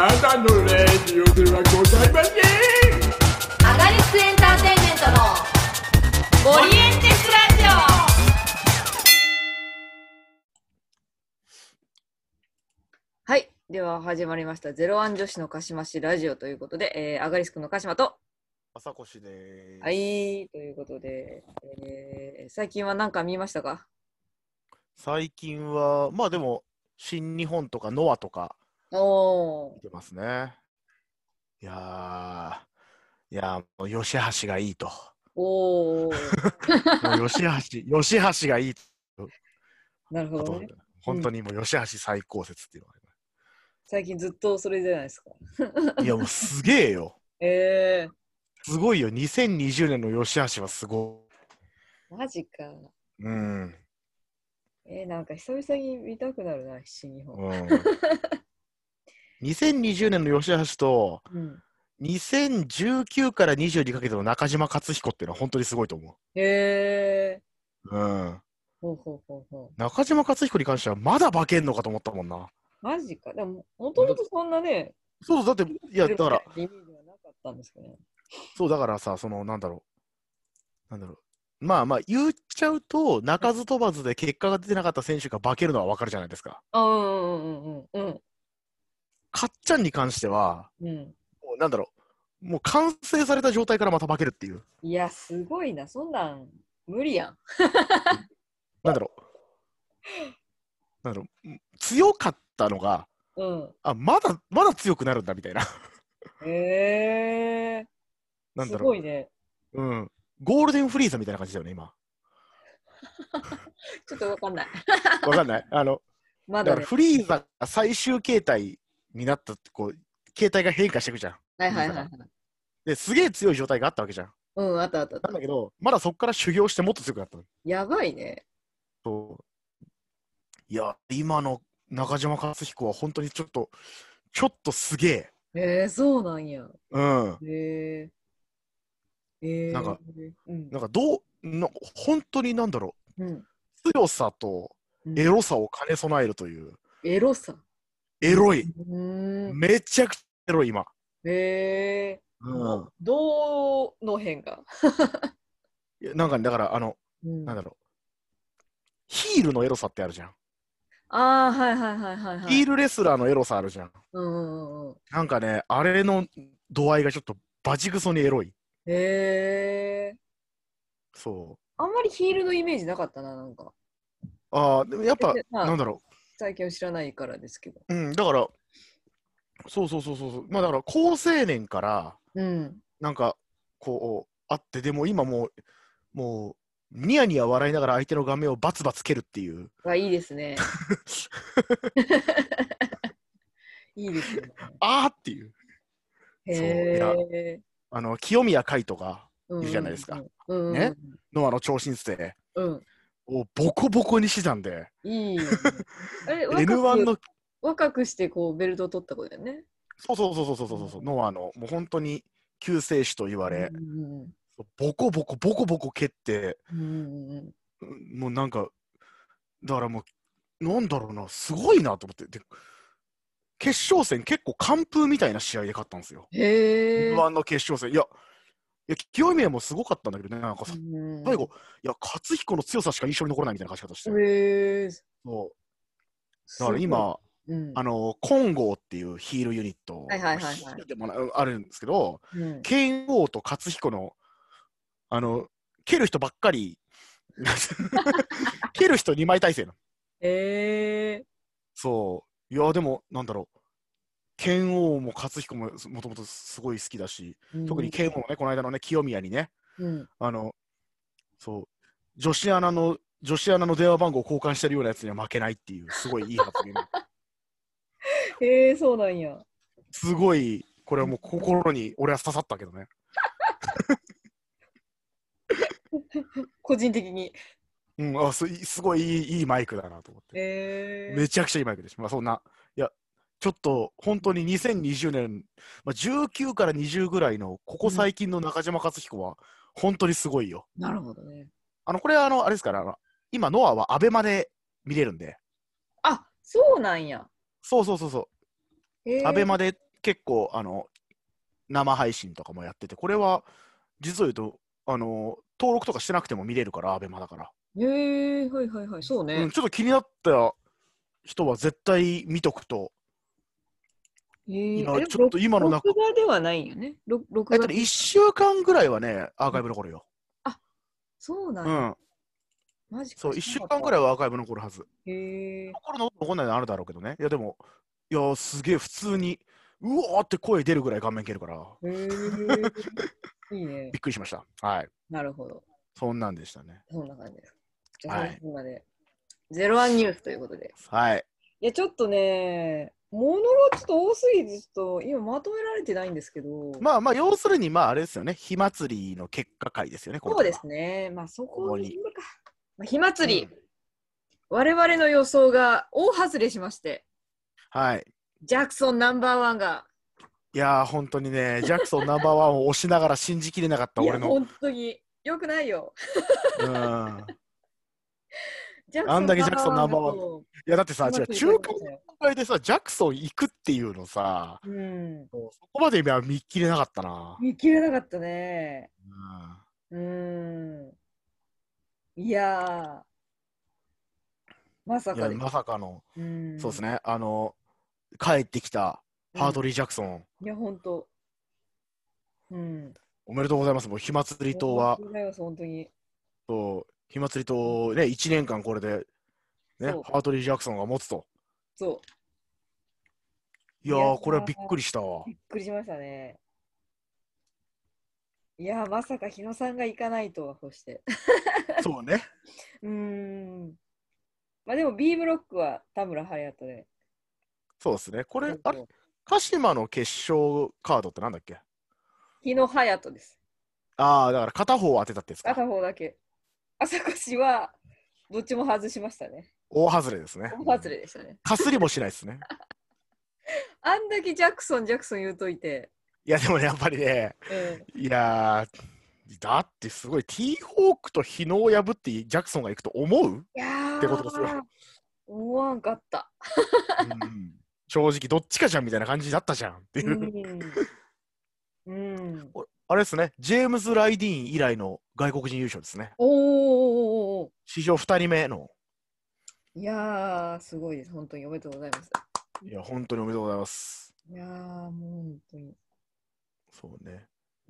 ただのレディオではございません。 アガリスクエンターテインメントのオリエンテスラジオ。はい、では始まりましたゼロワン女子のかしましラジオということで、アガリスクの鹿島と朝越です。 はい、ということで、最近は何か見ましたか？ 最近はまあでも新日本とかノアとかお見てますね。いやもう吉橋がいいと。 おもう吉橋がいいと。あとなるほどね。 本当にもう吉橋最高説っていうのが最近ずっとそれじゃないですか。 いやもうすげえよ。 えすごいよ。2020年の吉橋はすごマジか。 い。うん。 なんか久々に見たくなるな、新日本。 2020年の吉橋とうん 2019から20にかけての中島克彦っていうのは本当にすごいと思へえう。うん。 ほうほうほうほう。 中島克彦に関してはまだ化けんのかと思ったもんな。 マジか。でも、もともとそんなね、 そうそう、だって、いや、だから、 イメージはなかったんですけどね。 そう、だからさ、なんだろう。まあまあ、言っちゃうと、鳴かず飛ばずで結果が出てなかった選手が化けるのは分かるじゃないですか。 うんうんうんうんかっちゃんに関しては、 うん。 もうなんだろう、もう完成された状態からまた化けるっていう。 いや、すごいな。そんなん無理やん。 なんだろ強かったのが、 うん。 まだ強くなるんだみたいな。 へえすなんだろごいね。 う。うん。ゴールデンフリーザみたいな感じだよね、今。 ちょっとわかんない。 わかんないまだね。 だからフリーザが最終形態になったこう形態が変化していくじゃん。 はいはいはいはい。 ですげえ強い状態があったわけじゃん。 うん、あったあったあった。 なんだけど、まだそこから修行してもっと強くなったの。 やばいね。 いや、今の中島克彦は本当にちょっとすげそうなんや。 え。うん。 へなんか、 うん本当になんだろうんう、強さとうんエロさを兼ね備えるという。 エロさ。 エロい。 うんめちゃくちゃエロい、今。 へえどの辺がいやなんかね、だから、なんだろう、ヒールのエロさってあるじゃん。 ああ、はいはいはいはいはい。 ヒールレスラーのエロさあるじゃん。 うんうんうん。 なんかね、あれの度合いがちょっとバチクソにエロい。 へえ。 そう。 あんまりヒールのイメージなかったな、なんか。 でもやっぱ、 まあなんだろ最近は知らないからですけど。 う。だから、そう。まあだから、高青年から、 うん。 なんか、こう、あって、でも今もう、ニヤニヤ笑いながら相手の顔面をバツバツ蹴るっていう。 いいですね。いいですね。 あーっていう。 へそういやえ。 清宮海斗がうんいるじゃないですか。 うんね。ノアの超新星うん。 をボコボコにしてたんで。 いいよね。あれ、 N1 の、 若くしてこうベルトを取ったことだよね。 そう、ノアの、もう本当に救世主と言われ、ボコボコ蹴って、もうなんか、だからもう、なんだろうな、すごいなと思って。で、決勝戦結構完封みたいな試合で勝ったんですよ。 へえ。 N1 の決勝戦。いや、清宮もすごかったんだけどね、なんか最後、いや、勝彦の強さしか印象に残らないみたいな勝ち方して。 へえ。 そう。だから今、金剛っていうヒールユニット、ヒールでもあるんですけど、剣王と勝彦の、蹴る人ばっかり、蹴る人2枚体制なの。そう。いや、でも、なんだろう。剣王も勝彦ももともとすごい好きだし、特に剣王もね、この間のね、清宮にね、そう、女子アナの電話番号を交換してるようなやつには負けないっていう、すごいいい発言。 へえ、そうなんや。 すごい、これはもう心に俺は刺さったけどね。 個人的に。 すごいいいマイクだなと思って。めちゃくちゃいいマイクです。まあそんな、いや、ちょっと本当に2020年、19から20ぐらいのここ最近の中島克彦は本当にすごいよ。 なるほどね。 これはあれですから、今ノアはアベマで見れるんで。 あ、そうなんや。 そう。アベマで結構生配信とかもやってて、これは実を言うと登録とかしてなくても見れるから、アベマだから。 へえ、はいはいはい、そうね。 ちょっと気になった人は絶対見とくと。今ちょっと今の中録画ではないよね。録画 1週間ぐらいはね、アーカイブ残るよ。 あ、そうなんだ。マジか。 そう、1週間ぐらいはアーカイブ残るはず。 へえ。 残るの残んないのあるだろうけどね。いや、でも、いや、すげえ普通に、うわーって声出るぐらい顔面蹴るから。 へえ。いいね。 びっくりしました。はい。 なるほど。 そんなんでしたね。 そんな感じです。じゃあ、 はい最後まで。01ニュースということで。 はい。 いや、ちょっとね、ものがちょっと多すぎて、ちょっと今まとめられてないんですけど。 まあ、要するに、あれですよね。火祭りの結果会ですよね。 そうですね。 ね。そこにか。火祭り、我々の予想が大外れしまして。 はい。 ジャクソンナンバーワンが。 いやー、本当にね、ジャクソンナンバーワンを押しながら信じきれなかった俺の。 本当に。よくないよ。 あんだけジャクソンナンバーワン。いや、だってさ、中間会でさ、ジャクソン行くっていうのさ、そこまでは見切れなかったな。 見切れなかったね。いやまさかいや、まさかの、そうですね、帰ってきたハートリー・ジャクソン。 いや、本当。 おめでとうございます。もう火祭り島は。 本当に。 そう、火祭り島ね、1年間これで、ね、ハートリー・ジャクソンが持つと。 そう。 いやー、これはびっくりしたわ。 びっくりしましたね。いやー、まさか日野さんが行かないとは、そして。 そうね。 でも B ブロックは田村隼人で。 そうですね。これ、あれ、鹿島の決勝カードってなんだっけ？ 日野隼人です。 ああ、だから片方当てたってやつか。 片方だけ。朝越はどっちも外しましたね。 大外れですね。 大外れでしたね。 かすりもしないですね。 あんだけジャクソン言うといて。 いや、でもね、やっぱりね、いやだってすごい、ティーホークと日野を破ってジャクソンが行くと思うってことですよ。 思わんかった。 正直、どっちかじゃんみたいな感じだったじゃんっていう。あれですね、ジェームズ・ライディーン以来の外国人優勝ですね。史上2人目の。 いやー、すごいです。本当におめでとうございます。 いや、本当におめでとうございます。 いやー、もう本当に。 そうね。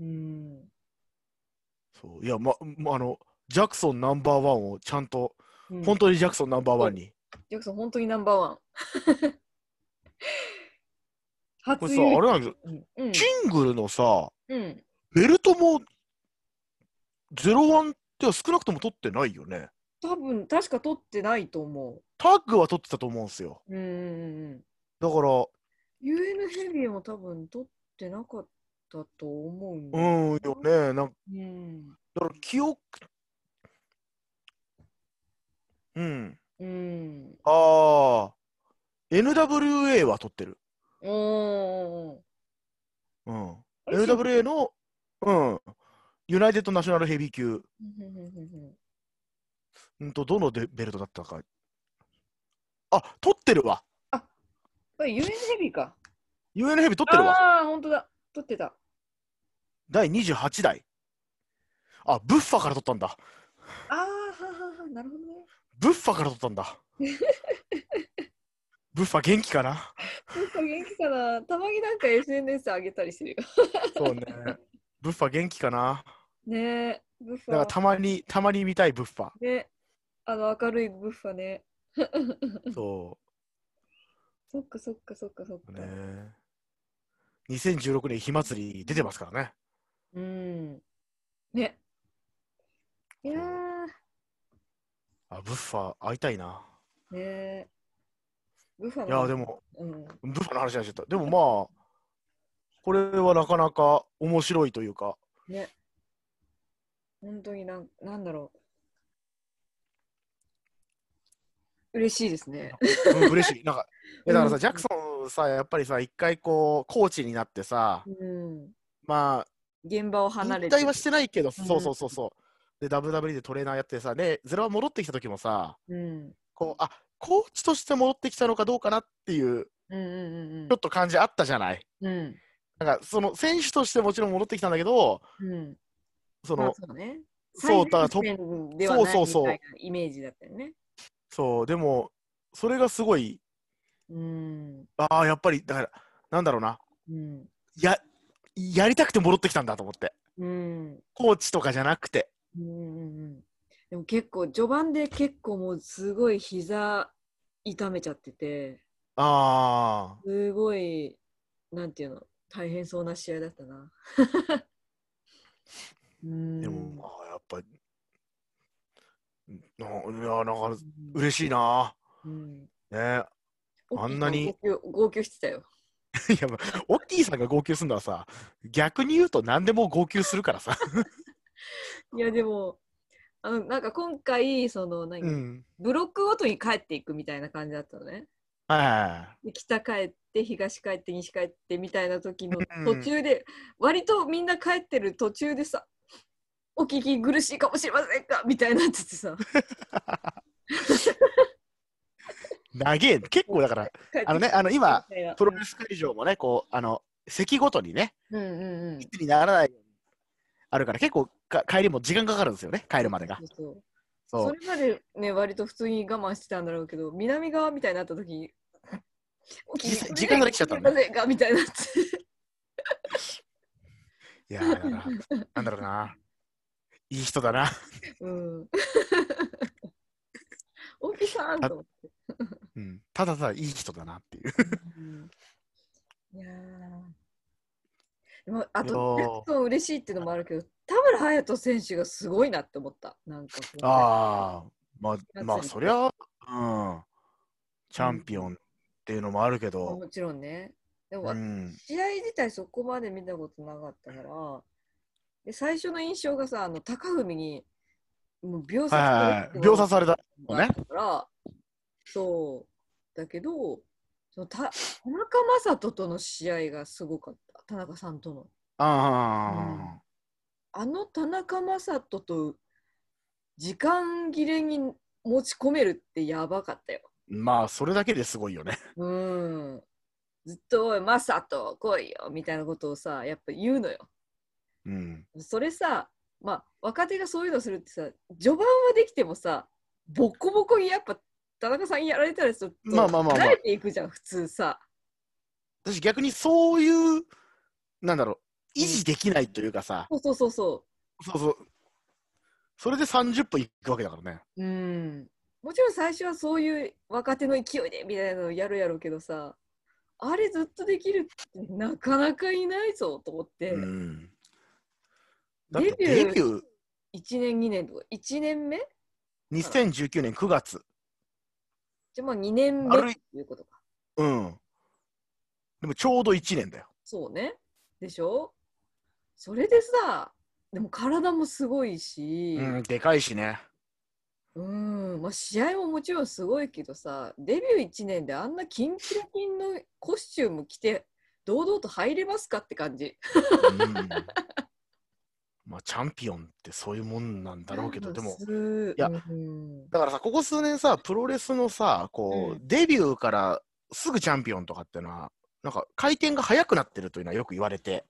そう。いや、ジャクソンナンバーワンをちゃんと、本当にジャクソンナンバーワンに。 ジャクソン本当にナンバーワン。 これさ、あれなんですよ。シングルのさ、ベルトも01っては少なくとも取ってないよね。 多分、確か取ってないと思う。 タッグは取ってたと思うんですよ。だから、 UN ヘビーも多分取ってなかったと思うんだよね。だから記憶、NWA は取ってる。NWA の、ユナイテッドナショナルヘビー級。どのベルトだったか。取ってるわ。 UN ヘビーか。 UN ヘビー取ってるわ。 本当だ。取ってた。 第28代。ブッファから取ったんだ。 なるほどね。 ブッファから取ったんだ。ブッファ元気かな？ ブッファ元気かな？たまになんか SNS 上げたりするよ。 そうね。ブッファ元気かな？ ねブッファ。 だからたまに見たいブッファ。 ね、明るいブッファね。 そう。 そっか。 ね、2016年火祭り出てますからね。 ね。いやブッファ会いたいな。 ねブッファの。 いや、でも、ブッファの話になっちゃった。でもこれはなかなか面白いというか。 ね。本当になんだろう。嬉しいですね。 嬉しい。だからさ、ジャクソンさ、やっぱりさ、一回コーチになってさ、 現場を離れて。 引退はしてないけど、そう。で、WWE でトレーナーやってさ、で、ゼロは戻ってきた時もさ、コーチとして戻ってきたのかどうかなっていううんうんうんちょっと感じあったじゃない。 うんなんかその選手としてもちろん戻ってきたんだけど、 うんその、 まあそうね。最そう、だから前線ではそうないみたいなそうそう、 イメージだったよね。 そう、でも、それがすごい、 うんやっぱり、だから、なんだろうな、 うんや、やりたくて戻ってきたんだと思って。 うんコーチとかじゃなくて。 うんでも結構序盤で結構もうすごい膝痛めちゃってて、 ああ、 すごいなんていうの大変そうな試合だったな。うでも、 んやっぱ、いや、なんか、嬉しいな。 うんね、 オッキーさんあんなに、 号泣してたよ。 いや、オッキーさんが号泣するのはさ、逆に言うと何でも号泣するからさ。 いやでもなんか今回うん。 ブロックごとに帰っていくみたいな感じだったのね。 はで北帰って東帰って西帰ってみたいな時のい。うん。 途中で、割とみんな帰ってる途中でさ、お聞き苦しいかもしれませんかみたいになっててさ、 長え、結構だから、 帰ってきて今、 みたいな。 プロレス会場もね、こう、席ごとにね、 うんうんうん。 密にならないようにあるから、結構帰りも時間かかるんですよね、帰そうるまでが。 そうそう。そそれまでね、割と普通に我慢してたんだろうけど、南側みたいになった時、お聞き苦しい時間ができちゃったのねかもしれませんかみたいになって。 う。いやー、だから、なんだろうな。いい人だな。 うん。大木さんと思って。 うん、ただただいい人だなっていう。 うんいやでもあいやと、ジャクーソン嬉しいっていうのもあるけど、田村隼人選手がすごいなって思った。なんか今回、 まあ、 夏に来て。 そりゃ、うん、チャンピオうんンっていうのもあるけど、 まあもちろんね。でも、 うん。 試合自体そこまで見たことなかったから、で最初の印象がさ、高文にもう秒はい殺されはいはい。 てる秒殺されたのね。 のがあったから、そう。だけど、田中将人との試合がすごかった。田中さんとの。うん、 あ田中将人と時間切れに持ち込めるってやばかったよ。 まあ、それだけですごいよね。 うん。ずっと、おい、マサト、来いよ、みたいなことをさ、やっぱ言うのよ。 うん。 それさ、まあ、若手がそういうのするってさ、序盤はできてもさ、ボコボコにやっぱ田中さんやられたらちょっまあと慣れまあまあまあ。 ていくじゃん、普通さ。 私逆にそういう、なんだろう、維うん、 持できないというかさ、 そうそうそうそそうそう、それで30分いくわけだからね。 う。うん。もちろん最初はそういう若手の勢いでみたいなのをやるやろうけどさ、あれずっとできるってなかなかいないぞと思っうて。 ん。だってデビューデビュー 1年、2年とか、1年目かな。 2019年9月。 じゃあまあ2年目っ丸い、 ていうことか。 うん。でもちょうど1年だよ。 そうね。でしょ。それでさ、でも体もすごいし、 うん、でかいしね。 まあ、試合ももちろんすごいけどさ、デビュー1年であんなキンキラキンのコスチューム着て、堂々と入れますかって感じ。 うん。まあ、チャンピオンってそういうもんなんだろうけど、でも、いや、だからさ、ここ数年さ、プロレスのさ、こう、デビューからすぐチャンピオンとかっていうのは、なんか回転が速くなってるというのはよく言われて、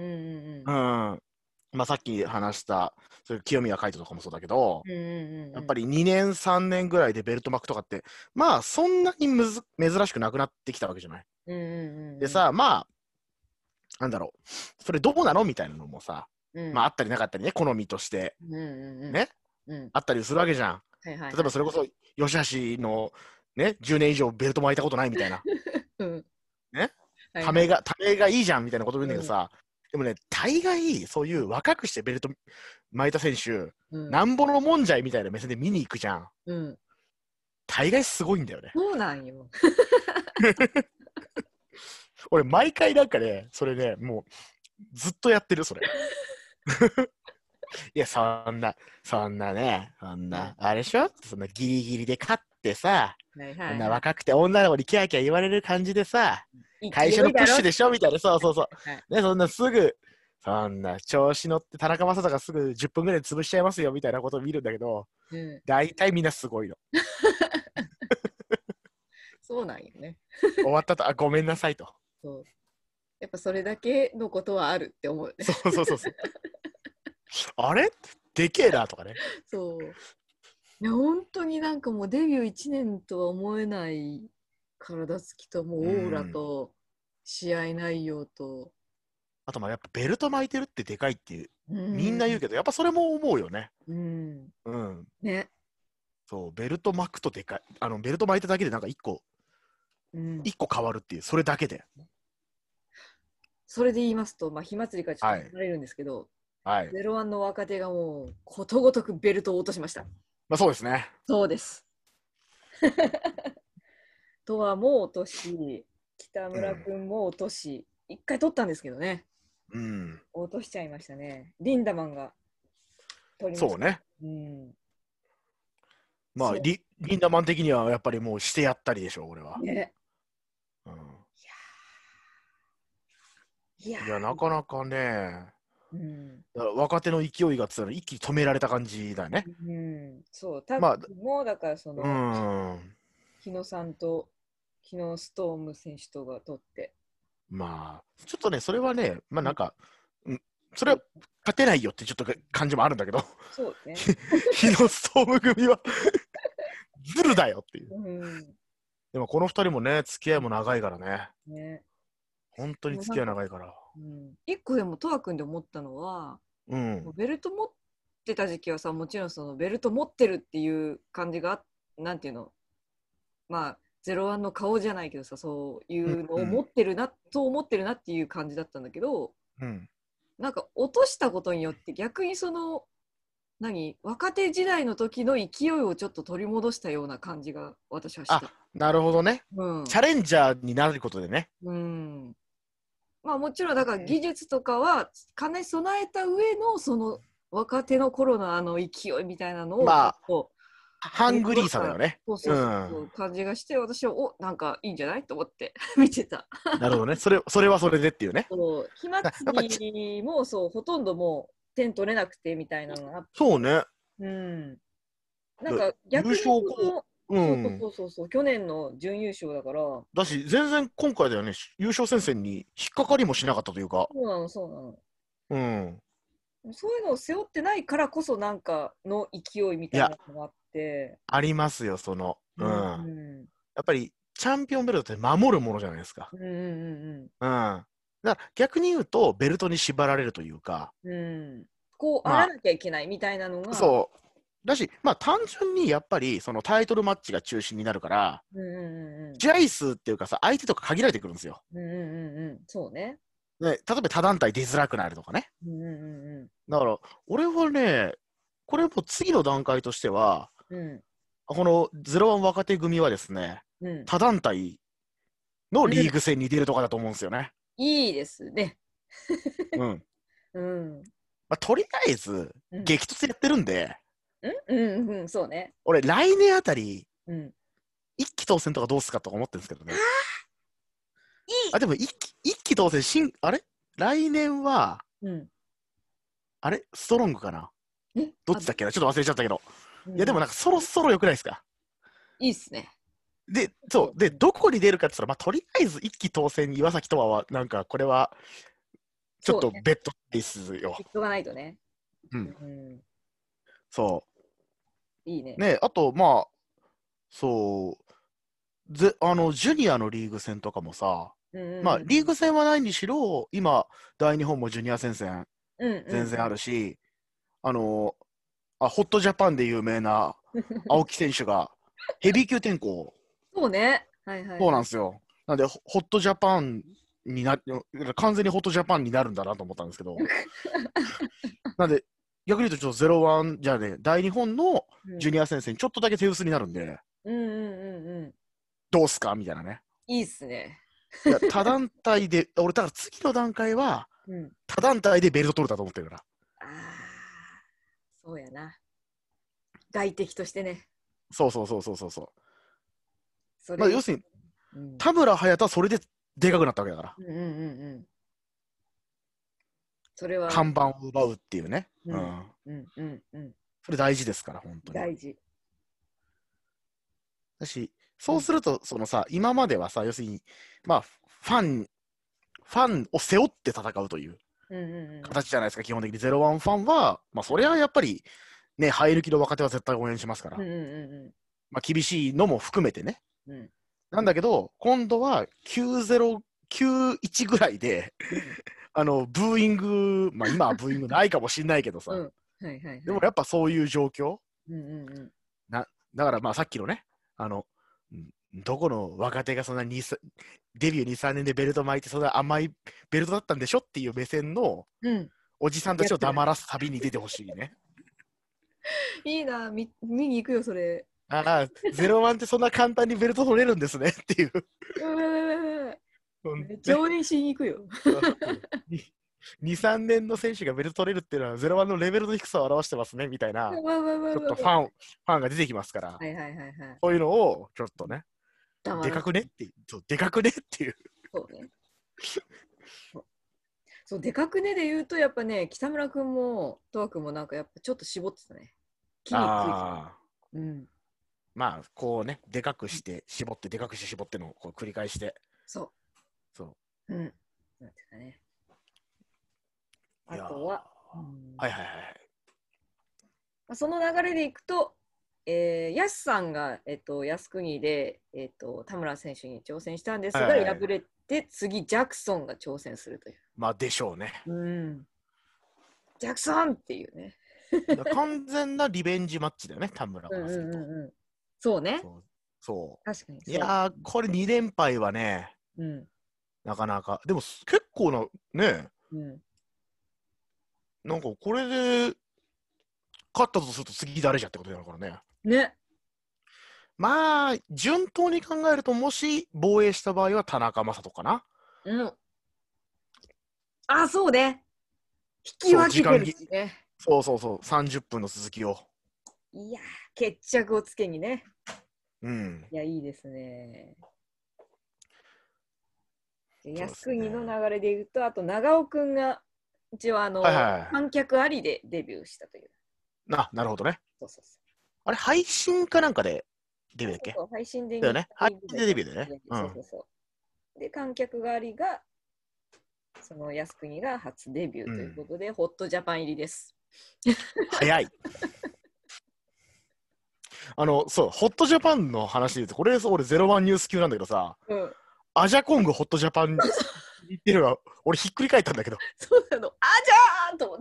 まあ、さっき話した、それ清宮海斗とかもそうだけど、やっぱり2年、3年ぐらいでベルト巻くとかって、まあ、そんなに珍しくなくなってきたわけじゃない。でさ、まあ、なんだろう、それどうなのみたいなのもさ、まあ、あったりなかったりね、好みとして、ね、あったりするわけじゃん。例えばそれこそ、吉橋の、ね、10年以上ベルト巻いたことないみたいな。ね、ためがいいじゃんみたいなこと言うんだけどさ、でもね、大概、そういう若くしてベルト巻いた選手、なんぼのもんじゃいみたいな目線で見に行くじゃん。大概すごいんだよね。 そうなんよ。 俺、毎回なんかね、それね、もう、ずっとやってる、それ。いや、そんなね、あれでしょそんなギリギリで勝ってさ、そんな若くて女の子にキャーキャー言われる感じでさ、会社のプッシュでしょみたいな、そうそうそう。ね、そんなすぐ、そんな調子乗って田中将大がすぐ10分ぐらいで潰しちゃいますよみたいなことを見るんだけど、大体みんなすごいの。 そうなんよね。 終わったと、あ、ごめんなさいと。 そう。やっぱそれだけのことはあるって思うね。 そうそうそうそう。あれでけえなとかね。 そう。いや、本当になんかもうデビュー1年とは思えない体つきともうオーラと試合内容と。 あとまあやっぱベルト巻いてるってでかいっていう、みんな言うけけど、やっぱそれも思うよね。 ど。うん。 うん。 ね。 そう、ベルト巻くとでかい。ベルト巻いただけでなんか一個変わるっていう、それだけで。 それで言いますと、まあ、火祭りからちょっとはい離れるんですけど、 はい。 ゼロワンの若手がもうことごとくベルトを落としました。 まあそうですね。 そうです。とはもう落とし、北村君も落とし、一回取ったんですけどね、 うん。 落としちゃいましたね。リンダマンが取りました。 そうね。 うん。 まあそうリンダマン的にはやっぱりもうしてやったりでしょう、俺は。 ね。 うん、 いやいや、なかなかね、 うんだから若手の勢いがつら一気に止められた感じだよね。 うん、そう、タまあ、 ッグもだからその、日野さんと日野ストーム選手とが取って、 まあ、ちょっとね、それはね、まあなんか、それは勝てないよってちょっと感じもあるんだけど、 そうね。 日野ストーム組はズルだよっていう。 うん、 でもこの2人もね、付き合いも長いからね。 ね。 本当に付き合い長いから。 一個でもトワ君で思ったのは、 うん。 ベルト持ってた時期はさ、もちろんそのベルト持ってるっていう感じが、なんていうの、まあ、ゼロワンの顔じゃないけどさ、そういうのを持ってるな、そう思ってるなっていう感じだったんだけど、 うん。 なんか落としたことによって逆にその、若手時代の時の勢いをちょっと取り戻したような感じが私はした。 あ、なるほどね。 うん、 チャレンジャーになることでね。 うん。まあもちろんだから技術とかは兼ね備えた上のその若手の頃のあの勢いみたいなのをまあちょっとハングリーさだよね。 そうそうそう、感じがして私はなんかいいんじゃないと思って見てた。 なるほどね。それはそれでっていうね。 そう火祭りもそうほとんどもう点取れなくてみたいなのがあって。 そうね。 うん。なんか逆に優勝校、 そう去年の準優勝だから。 だし、全然今回だよね、優勝戦線に引っかかりもしなかったというか。 そうなの。 うん。 そういうのを背負ってないからこそなんかの勢いみたいなのがあって。 ありますよ、その。 うん。 やっぱり、チャンピオンベルトって守るものじゃないですか。だから逆に言うと、ベルトに縛られるというか。 こう、あらなきゃいけないみたいなのが。 そう。だし、まあ単純にやっぱりそのタイトルマッチが中心になるから、試合数っていうかさ、相手とか限られてくるんですよ。 そうね。 例えば他団体出づらくなるとかね。だから、俺はね、これも次の段階としては、この01若手組はですね、他団体のリーグ戦に出るとかだと思うんですよね。 いいですね。 まあ、とりあえず、激突やってるんで、 そうね。 俺、来年あたり、一期当選とかどうすかとか思ってるんですけどね。でも一期当選、あれ来年は、あれストロングかなどっちだっけなちょっと忘れちゃったけど。いや、でもなんかそろそろよくないですか？ いいっすね。 で、どこに出るかって言ったら、まあ、とりあえず一期当選、岩崎とは、なんかこれは、ちょっとベッドですよ。 ベッドがないとね。 そう。 いいね。 ね、あと、まあ、そう、ジュニアのリーグ戦とかもさ、まあ、リーグ戦はないにしろ、今、大日本もジュニア戦線、全然あるし、ホットジャパンで有名な青木選手が、ヘビー級転向。 そうね。 そうなんですよ。なんで、ホットジャパンに完全にホットジャパンになるんだなと思ったんですけど。なんで、逆に言うと、ちょっと01じゃね、大日本のジュニア戦線、ちょっとだけ手薄になるんで、どうすかみたいなね。 いいっすね。 いや他団体で、俺、だから次の段階は、他団体でベルト取るだと思ってるから。 そうやな。外敵としてね。 そう。まあ、要するに、田村隼人はそれででかくなったわけだから。 それは。 看板を奪うっていうね。それ大事ですから、本当に。 大事。 だし、 そうすると、そのさ、今まではさ、要するに、まあ、ファンを背負って戦うという形じゃないですか、基本的に。01ファンは、まあ、それはやっぱり、ね、生え抜きの若手は絶対応援しますから。まあ、厳しいのも含めてね。なんだけど、今度は90、91ぐらいで、ブーイング、まあ今はブーイングないかもしれないけどさ、でもやっぱそういう状況、だからまあさっきのね、どこの若手がそんなにデビュー2、3年でベルト巻いてそんな甘いベルトだったんでしょっていう目線のおじさんたちを黙らす旅に出てほしいね。 いいな、見に行くよ、それ。 ああ、01ってそんな簡単にベルト取れるんですねっていう。 めっちゃ応援しに行くよ。 2、3年の選手がベルト取れるっていうのは01のレベルの低さを表してますねみたいな、ちょっとファンが出てきますから、そういうのをちょっとね、でかくねっていう。でかくねっていう。 そうね。そう、でかくねで言うと、やっぱね、北村君も、とわ君もなんかやっぱちょっと絞ってたね。 ああ。まあ、こうね、でかくして、絞って、でかくして、絞ってのをこう繰り返して。 そう。 そう。 なんていうかね。あとは、その流れでいくと、ヤスさんが、靖国で、田村選手に挑戦したんですが、敗れて、次、ジャクソンが挑戦するという。 まあ、でしょうね。 ジャクソンっていうね。 完全なリベンジマッチだよね、田村からすると。 そうね。 そう。 確かに。 いやー、これ2連敗はね、なかなか。でも、結構な、ね、なんかこれで、勝ったとすると次誰じゃってことなのからね。 ね。 まあ、順当に考えると、もし防衛した場合は田中将人かな。 あ、そうね。引き分けてるしね。 そう、30分の続きを。 いや、決着をつけにね。 いや、いいですね。靖国の流れで言うと、あと長尾くんが一応観客ありでデビューしたという。 なるほどね。あれ、配信かなんかでデビューだっけ？ 配信でだよね。配信でデビューだよね。 で、観客がありが、その靖国が初デビューということで、ホットジャパン入りです。 早い。そう、ホットジャパンの話で言うと、これ、俺、01ニュース級なんだけどさ、アジャコングホットジャパンに言ってるのは、俺、ひっくり返ったんだけど。 そうなの、アジャーンと思って。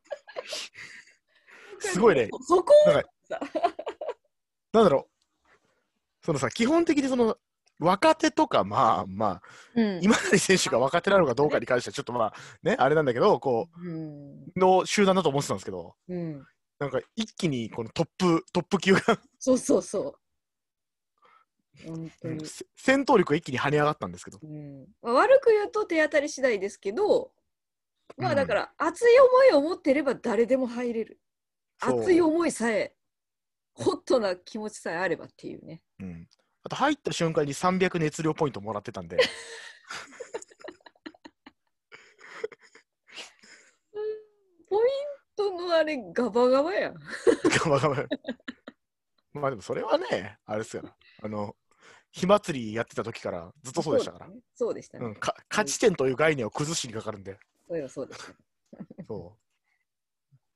すごいね。 そこなんだろう、そのさ、基本的にその、若手とか、まあ、今成選手が若手なのかどうかに関しては、ちょっとまあ、ね、あれなんだけど、こう、の集団だと思ってたんですけど、なんか一気にこのトップ級がそう本当に戦闘力が一気に跳ね上がったんですけど、 悪く言うと手当たり次第ですけど、まあだから熱い思いを持ってれば誰でも入れる、熱い思いさえホットな気持ちさえあればっていうね、 あと入った瞬間に300熱量ポイントもらってたんでポイントのあれガバガバやんガバガバまあでもそれはね、あれですよ、火祭りやってた時からずっとそうでしたから。 そうでしたね。 勝ち点という概念を崩しにかかるんで。 そうですね。 そう。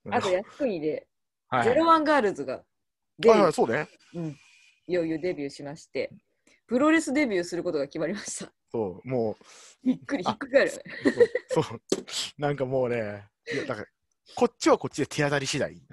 あと、靖国で、01ガールズがデビュー。 そうね。 いよいよデビューしまして、プロレスデビューすることが決まりました。 そう、もう。 ひっくり返るよね。 そう。なんかもうね、だからこっちはこっちで手当たり次第。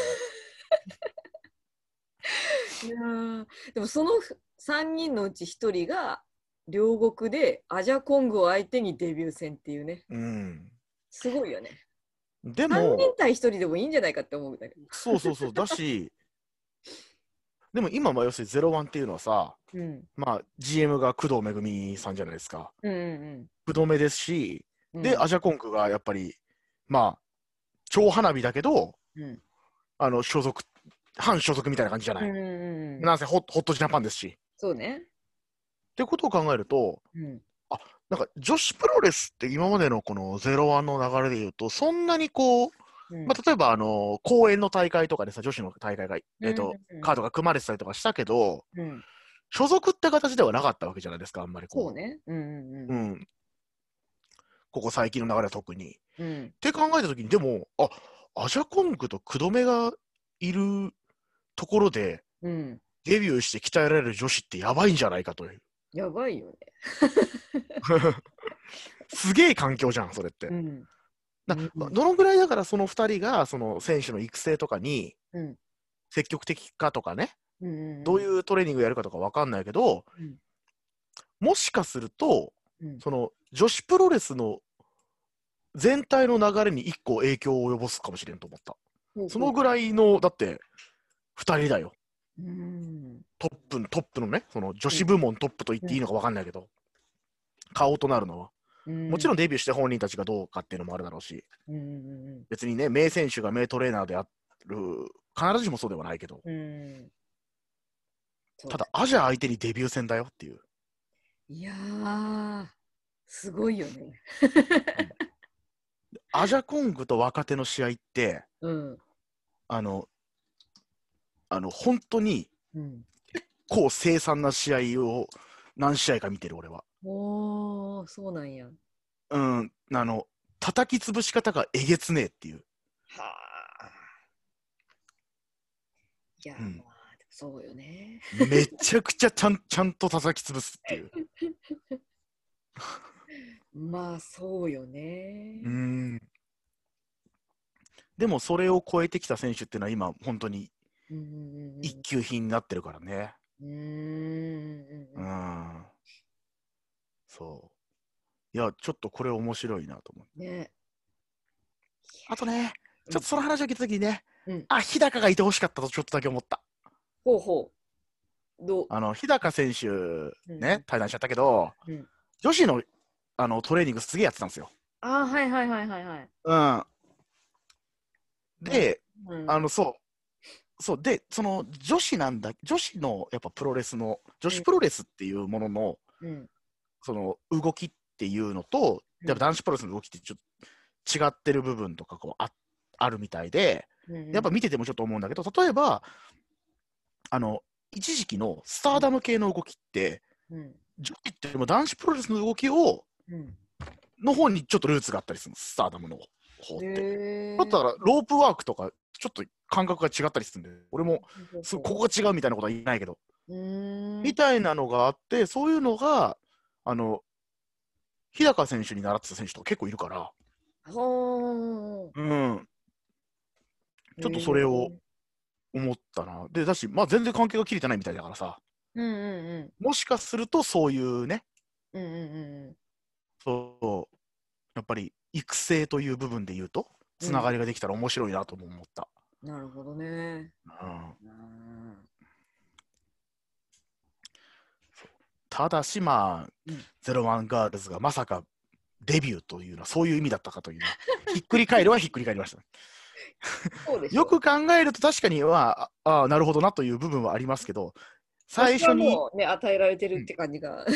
いやでもその3人のうち1人が両国でアジャコングを相手にデビュー戦っていうね、すごいよね。 でも 3人対1人でもいいんじゃないかって思うんだけど。 そうだしでも今要するに01っていうのはさ、まあ GM が工藤めぐみさんじゃないですか。不動めですし、でアジャコングがやっぱりまあ超花火だけど、反所属みたいな感じじゃない。なんせホットジャパンですし。 そうね。 ってことを考えると、なんか女子プロレスって今までのこの01の流れで言うと、そんなにこう、まあ、例えば公園の大会とかでさ、女子の大会が、カードが組まれてたりとかしたけど、 所属って形ではなかったわけじゃないですか、あんまりこう。 そうね。 ここ最近の流れは特に。 うんって考えたときに、でも、アジャコングとクドメがいるところで、 うんデビューして鍛えられる女子ってやばいんじゃないかという。 やばいよね。 すげえ環境じゃん、それって。どのぐらいだからその2人がその選手の育成とかに積極的かとかね、どういうトレーニングやるかとか分かんないけど、もしかすると、その女子プロレスの全体の流れに1個影響を及ぼすかもしれんと思った。そのぐらいの、だって2人だよ。トップのね、その女子部門トップと言っていいのか分かんないけど、顔となるのは。もちろんデビューして本人たちがどうかっていうのもあるだろうし、別にね、名選手が名トレーナーである、必ずしもそうではないけど、ただ、アジア相手にデビュー戦だよっていう。 いやー、すごいよね。 アジャコングと若手の試合って、本当に結構凄惨な試合を何試合か見てる、俺は。 おー、そうなんや。 叩き潰し方がえげつねえっていう。 はあ。いや、そうよね。 めちゃくちゃちゃんと叩き潰すっていう。 まあ、そうよね。 でも、それを超えてきた選手っていうのは今、本当に一級品になってるからね。そう。いや、ちょっとこれ面白いなと思う。 ね。 あとね、ちょっとその話を聞いたときにね、日高がいてほしかったとちょっとだけ思った。 ほうほう。 日高選手ね、対談しちゃったけど、女子のトレーニングすげえやってたんですよ。で、そうで、その女子のやっぱプロレスの女子プロレスっていうものの、その動きっていうのと、やっぱ男子プロレスの動きってちょっと違ってる部分とかこうあるみたいで、やっぱ見ててもちょっと思うんだけど、例えば一時期のスターダム系の動きって、女子っても男子プロレスの動きを、の方にちょっとルーツがあったりするの、スターダムの方って。だったらロープワークとかちょっと感覚が違ったりするんで、俺もここが違うみたいなことは言えないけど、みたいなのがあって、そういうのが日高選手に習ってた選手とか結構いるから、ちょっとそれを思ったな。で、だし、まあ全然関係が切れてないみたいだからさ、もしかするとそういうね、そう、やっぱり育成という部分で言うと、つながりができたら面白いなとも思った。 なるほどね。 ただし、まあ、01ガールズがまさかデビューというのはそういう意味だったかというのは、ひっくり返るはひっくり返りました。よく考えると確かにはなるほどなという部分はありますけど、最初にね、与えられてるって感じが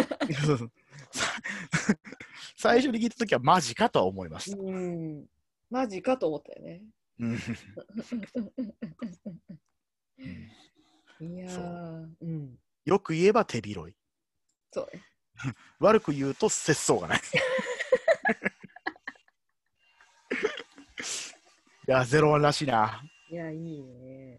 最初に聞いたときはマジかとは思いました。 マジかと思ったよね。いやよく言えば手広い。 そう悪く言うと節操がない。いや、01らしいな。 いや、いいね。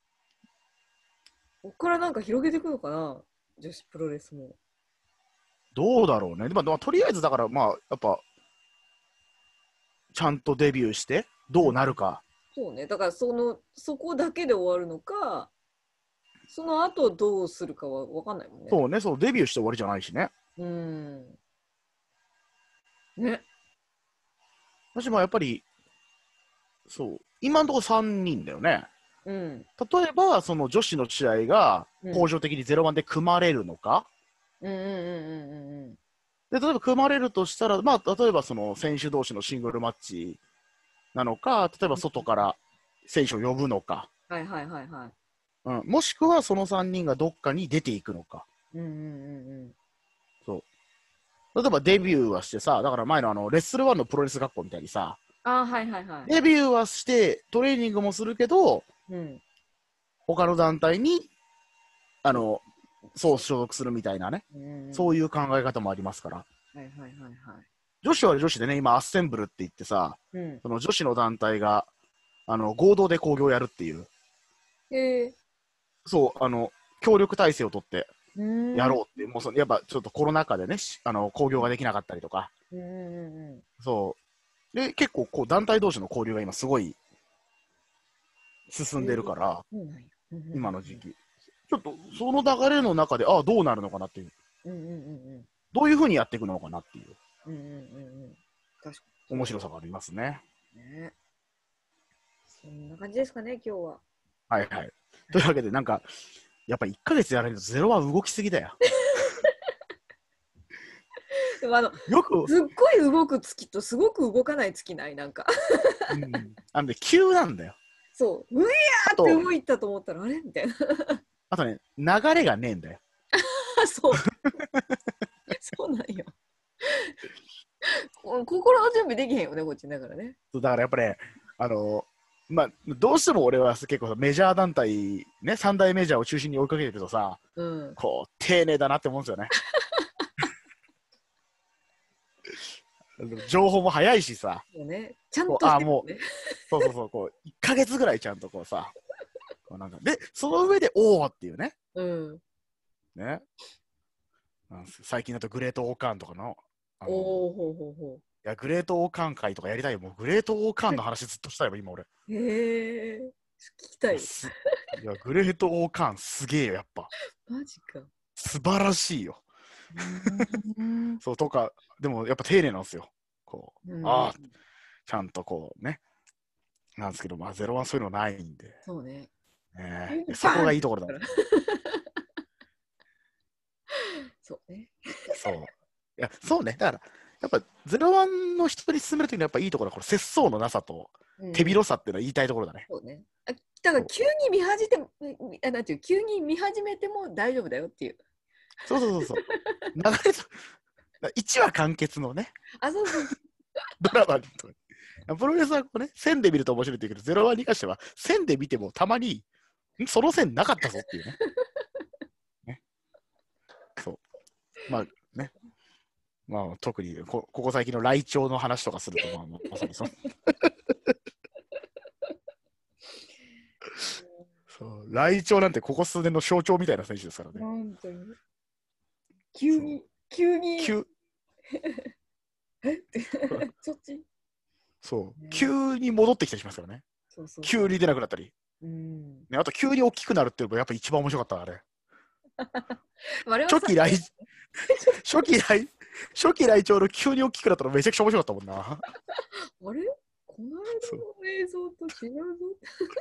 ここからなんか広げていくのかな、女子プロレスも。 どうだろうね。でもとりあえずだから、まあ、やっぱ、ちゃんとデビューしてどうなるか。 そうね。だからそこだけで終わるのか、その後どうするかは分かんないもんね。 そうね、そう、デビューして終わりじゃないしね。 ね。 私もやっぱり、そう、今のところ3人だよね。例えば、その女子の試合が、恒常的に01で組まれるのか。で、例えば組まれるとしたら、まあ、例えばその選手同士のシングルマッチなのか、例えば外から選手を呼ぶのか。もしくはその3人がどっかに出ていくのか。そう。例えばデビューはしてさ、だから前のレッスル1のプロレス学校みたいにさ、デビューはしてトレーニングもするけど、他の団体にそう所属するみたいなね、そういう考え方もありますから。 はいはいはいはい。 女子は女子でね、今、アッセンブルって言ってさ、その女子の団体が合同で興行やるっていう、そう、協力体制を取ってやろうっていう、もうやっぱちょっとコロナ禍でね、興行ができなかったりとか、そう、で、結構こう団体同士の交流が今、すごい進んでるから、今の時期。ちょっとその流れの中で、どうなるのかなっていう。どういうふうにやっていくのかなっていう。面白さがありますね。 そんな感じですかね、今日は。 はいはい。というわけで、なんか、やっぱ1ヶ月やらないとゼロは動きすぎだよ。 でもよくすっごい動く月とすごく動かない月ないなんか。 で急なんだよ。 そう、うやーって動いたと思ったらあれみたいな。 あとね、流れがねえんだよ。 そう。そうなんよ。心の準備できへんよね、こっちだからね。 だからやっぱね、どうしても俺は結構メジャー団体、ね、三大メジャーを中心に追いかけてるとさ、こう、丁寧だなって思うんですよね。情報も早いしさ。 ちゃんとしてる、ね。 もう、そうこう、1ヶ月ぐらいちゃんとこうさ、こうなんかで、その上で、おーっていうね。ね。最近だとグレートオーカーンとかの、いや、グレートオーカーン会とかやりたいよ。もうグレートオーカーンの話ずっとしたいよ、今俺。 聞きたい。いや、グレートオーカーンすげえよ、やっぱ。 マジか。 素晴らしいよ。そうとか、でもやっぱ丁寧なんですよ。こう、ちゃんとこうね。なんですけど、ゼロはそういうのないんで。 そうね。 そこがいいところだ。 そうね。 そう。いや、そうね。だから、やっぱゼロワンの人に進めるときのやっぱいいところは、これ、節操のなさと手広さっていうのは言いたいところだね。 そうね。だから急に見始めても大丈夫だよっていう。 そう。流れと、1話完結のね。 そう。 ドラマとプロレスはこうね、線で見ると面白いって言うけど、ゼロワンに関しては、線で見てもたまに、その線なかったぞっていうね。そう。ね。特にここ最近の来庁の話とかすると、まさにそう。来庁なんてここ数年の象徴みたいな選手ですからね。 本当に。急に。そっちそう。急に戻ってきたりしますからね。急に出なくなったり。あと急に大きくなるっていうのがやっぱ一番面白かったあれ。初期来庁の急に大きくなったのめちゃくちゃ面白かったもんな。 あれこの間の映像と違うぞ。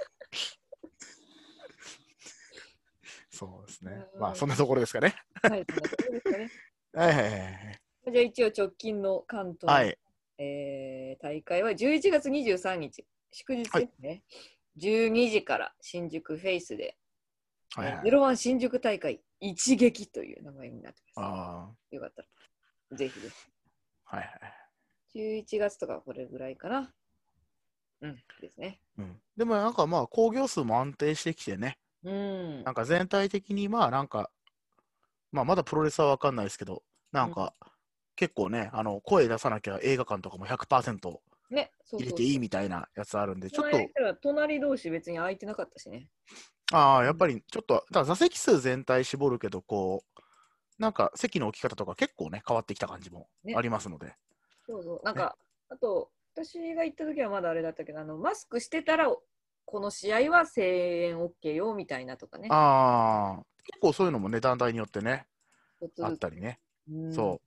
そうですね。そんなところですかね。 はい、そんなところですかね。じゃあ一応直近の関東、大会は11月23日、祝日ですね。12時から新宿フェイスで、01新宿大会一撃という名前になってます。よかったら、ぜひです。11月とかこれぐらいかな。ですね。 でもなんか興行数も安定してきてね。なんか全体的になんか、まだプロレスは分かんないですけど、なんか、結構ね、声出さなきゃ映画館とかも 100% 入れていいみたいなやつあるんで、ちょっと。 隣同士別に空いてなかったしね。 やっぱりちょっと、座席数全体絞るけど、こう、なんか席の置き方とか結構ね、変わってきた感じもありますので。 なんか、あと、私が行った時はまだあれだったけど、マスクしてたら、この試合は声援 OK よみたいなとかね。 結構そういうのもね、団体によってね、あったりね。そう。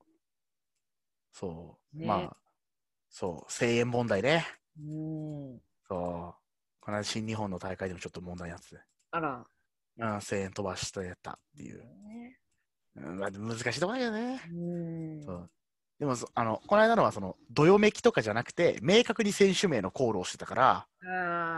そう、声援問題ね。そう。この間新日本の大会でもちょっと問題になってて。声援飛ばしてやったっていう。難しいところだよね。でもこの間のはどよめきとかじゃなくて、明確に選手名のコールをしてたから、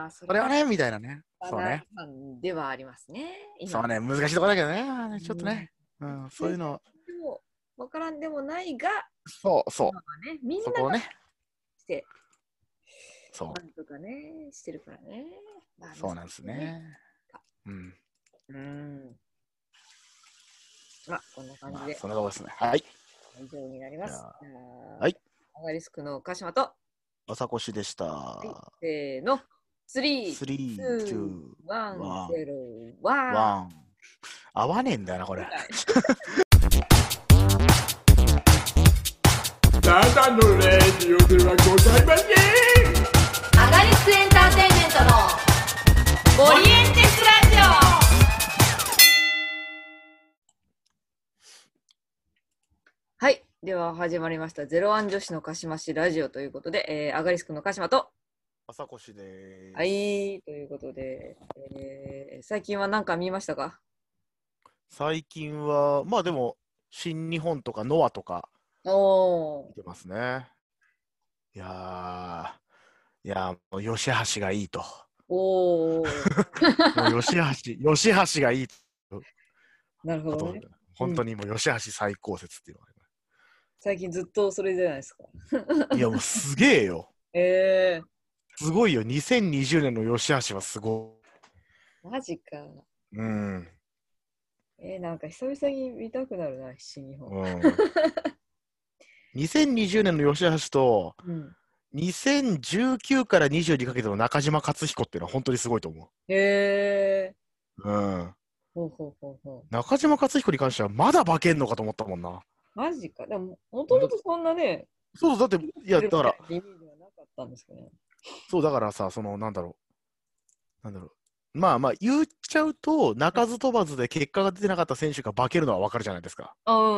それはね、みたいなね。そうね。 ではありますね。 そうね、難しいところだけどね。ちょっとね。そういうの。 でも、わからんでもないが、 そう。 みんながして、 そう。 なんとかね、してるからね。 そうなんですね。 こんな感じでそんなとこですね。はい。 以上になります。 はい。 アガリスクの鹿島と朝越でした。 せーの。3、 3、 2、 2、 1、 1、 0、1。 合わねえんだよな、これ。 ただのレディオではございません。 アガリスクエンターテインメントのオリエンテスラジはい。では始まりました。ゼロワン女子の鹿島市ラジオということで、アガリスクの鹿島と朝越です。 はい。ということで、最近は何か見ましたか？ 最近は、まあでも、新日本とかノアとか見てますね。いやもう吉橋がいいと。もう吉橋がいいと。 なるほどね。 本当にもう吉橋最高説っていうのが、 最近ずっとそれじゃないですか。 いやもうすげえよ。すごいよ。2020年の吉橋はすごい。マジか。 うん。 なんか久々に見たくなるな、新日本。 2020年の吉橋と、2019から20にかけての中島克彦っていうのは本当にすごいと思う。中島克彦に関してはまだ化けんのかと思ったもんな。 マジか。でも、もともとそんなね。 そう、だって、いや、だから、 イメージはなかったんですけどね。 そう、だからさ、なんだろう。まあまあ、言っちゃうと、鳴かず飛ばずで結果が出てなかった選手が化けるのは分かるじゃないですか。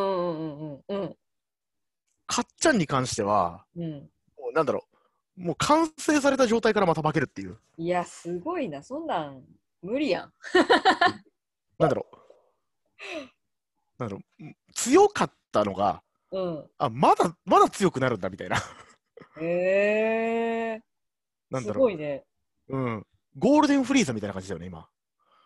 かっちゃんに関しては、もうなんだろう、もう完成された状態からまた化けるっていう。 いや、すごいな、そんなん無理やん。 なんだろう、強かったのが、まだ強くなるんだみたいな。 なんだろう。すごいね。 ゴールデンフリーザみたいな感じだよね、今。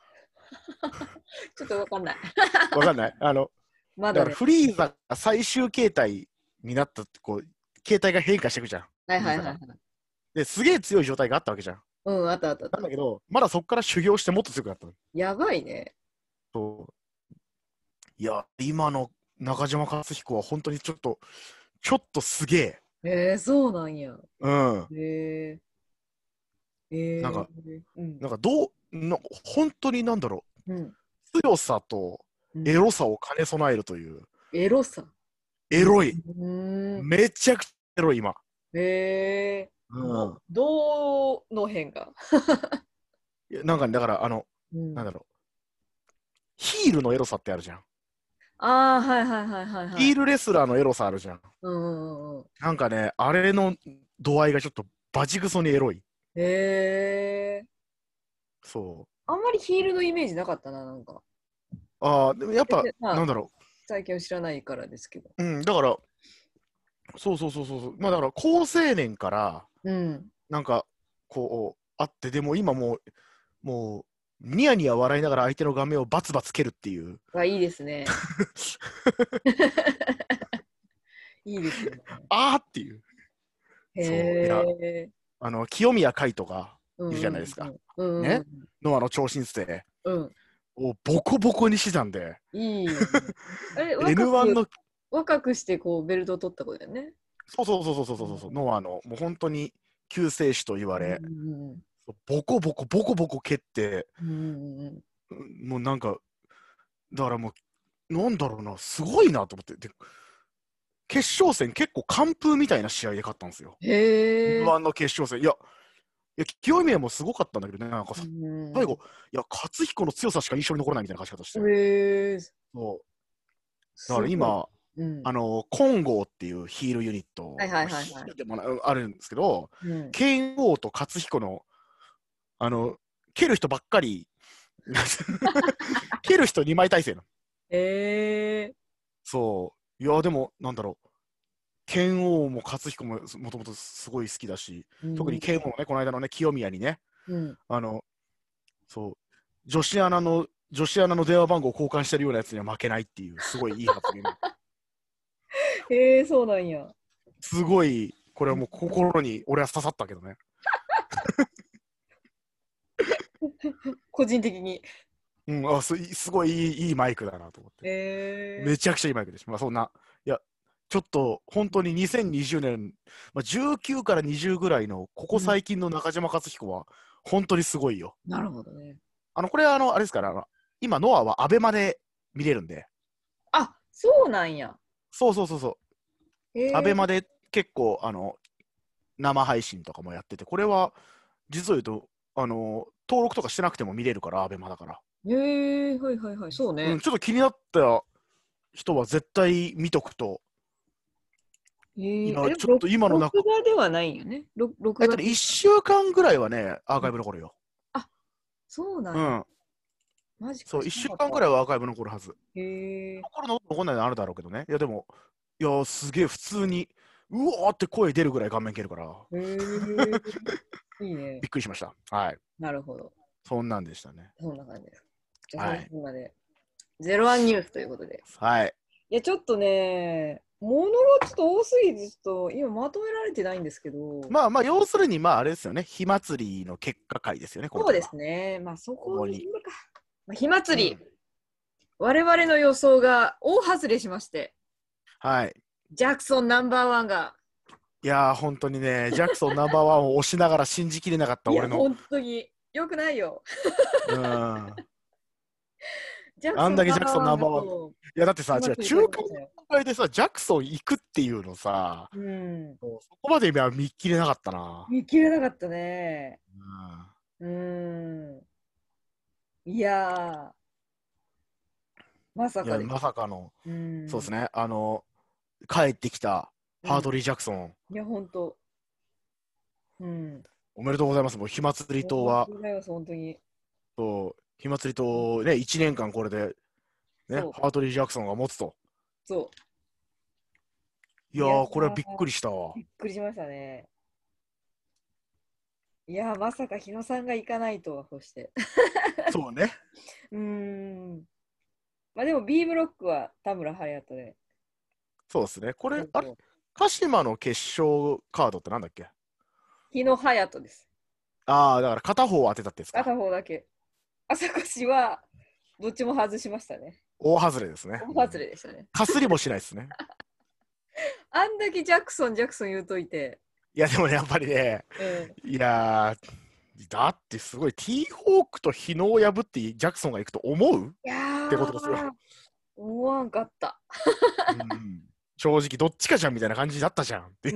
ちょっとわかんない。 わかんない。まだ、ね、だからフリーザが最終形態になったこう、形態が変化していくじゃん。で、すげえ強い状態があったわけじゃん。 あった。 なんだけど、まだそこから修行してもっと強くなったの。 やばいね。 そう。いや、今の中島克彦は本当にちょっとすげえ。そうなんや。 なんか本当になんだろう、強さとエロさを兼ね備えるという。 エロさ？ エロい。めちゃくちゃエロい、今。 どの辺がなんかね、だからなんだろう、ヒールのエロさってあるじゃん。ヒールレスラーのエロさあるじゃん。なんかね、あれの度合いがちょっとバチクソにエロい。そう。 あんまりヒールのイメージなかったな、なんか。 でもやっぱ、なんだろう。 最近は知らないからですけど。 だから、そう。まあだから、高青年から、なんか、こう、あって、でも今もう、ニヤニヤ笑いながら相手の顔面をバツバツ蹴るっていう。 いいですね。いいですね。 っていう。そう。いや、清宮海斗がいるじゃないですか。ね。ノアの超新星。をボコボコにしてたんで。 いいよ、ね。 N1 の。 若くしてこうベルトを取ったことだよね。 そう。ノアの、もう本当に救世主と言われ。ボコボコ蹴って、もうなんか、だからもう、なんだろうな、すごいなと思って。で、決勝戦結構完封みたいな試合で勝ったんですよ。N1 の決勝戦。いや、清宮もすごかったんだけどね、なんか最後、いや、勝彦の強さしか印象に残らないみたいな勝ち方して。そう。だから今、金剛っていうヒールユニットでもあるんですけど、剣王と勝彦の蹴る人ばっかり蹴る人2枚体制なの。そう。いや、でも、なんだろう。剣王も勝彦ももともとすごい好きだし、特に剣王ね、この間のね、清宮にね、そう、女子アナの電話番号を交換してるようなやつには負けないっていう、すごいいい発言。 そうなんや。 すごい、これはもう心に俺は刺さったけどね。 個人的に。 うん、すごいいいマイクだなと思って。めちゃくちゃいいマイクです。まあそんな、いや、ちょっと本当に2020年、まあ、19から20ぐらいのここ最近の中島克彦は本当にすごいよ。 なるほどね。 これはあれですから、今、ノアはアベマで見れるんで。 あ、そうなんや。 そうそうそうそう。アベマで結構、生配信とかもやってて、これは、実を言うと、登録とかしてなくても見れるから、アベマだから。 はいはいはい、そうね。 うん、ちょっと気になった人は絶対見とくと。今、ちょっと今の中。 録画ではないよね。録画 1週間ぐらいはね、アーカイブ残るよ。 あ、そうなんや。 うん。 マジか。 そう、1週間ぐらいはアーカイブ残るはず。 へえ。 残るの残んないのあるだろうけどね。いや、でも、いや、すげえ、普通に、うおーって声出るぐらい顔面蹴るから。 いいね。 びっくりしました。はい。 なるほど。 そんなんでしたね。 そんな感じです。じゃあ、そのまで、01ニュースということで。 はい。 いや、ちょっとね、ものがちょっと多すぎて、ちょっと今まとめられてないんですけど。 まあまあ、要するに、まああれですよね。火祭りの結果会ですよね。 そうですね。まあそこに。まあ、火祭り、我々の予想が大外れしまして。 はい。 ジャクソンナンバーワンが。 いやー、本当にね、ジャクソンナンバーワンを押しながら信じきれなかった俺の。 本当に。よくないよ。 あんだけジャクソンナンバーワン。いや、だってさ、中間の会でさ、ジャクソン行くっていうのさ、そこまでは見切れなかったな。 見切れなかったね。いやー、まさかです。 まさかの、そうですね、帰ってきたハードリー・ジャクソン。 いや、ほんと。 おめでとうございます。もう火祭り島は。 本当に。 そう、火祭り島ね、1年間これで、ね、ハートリー・ジャクソンが持つと。 そう。 いやー、これはびっくりしたわ。 びっくりしましたね。いやー、まさか日野さんが行かないとは、こうして。 そうね。 まあでも B ブロックは田村隼人で。 そうですね。これ、あれ、鹿島の決勝カードってなんだっけ？ 日野隼人です。 ああ、だから片方当てたってですか？ 片方だけ。朝越はどっちも外しましたね。 大外れですね。 大外れでしたね。 かすりもしないですね。 あんだけジャクソン言うといて。 いや、でもね、やっぱりね、いやだってすごい、ティーホークと日野を破ってジャクソンが行くと思うってことですよ。 思わんかった。 正直、どっちかじゃんみたいな感じだったじゃんっていう。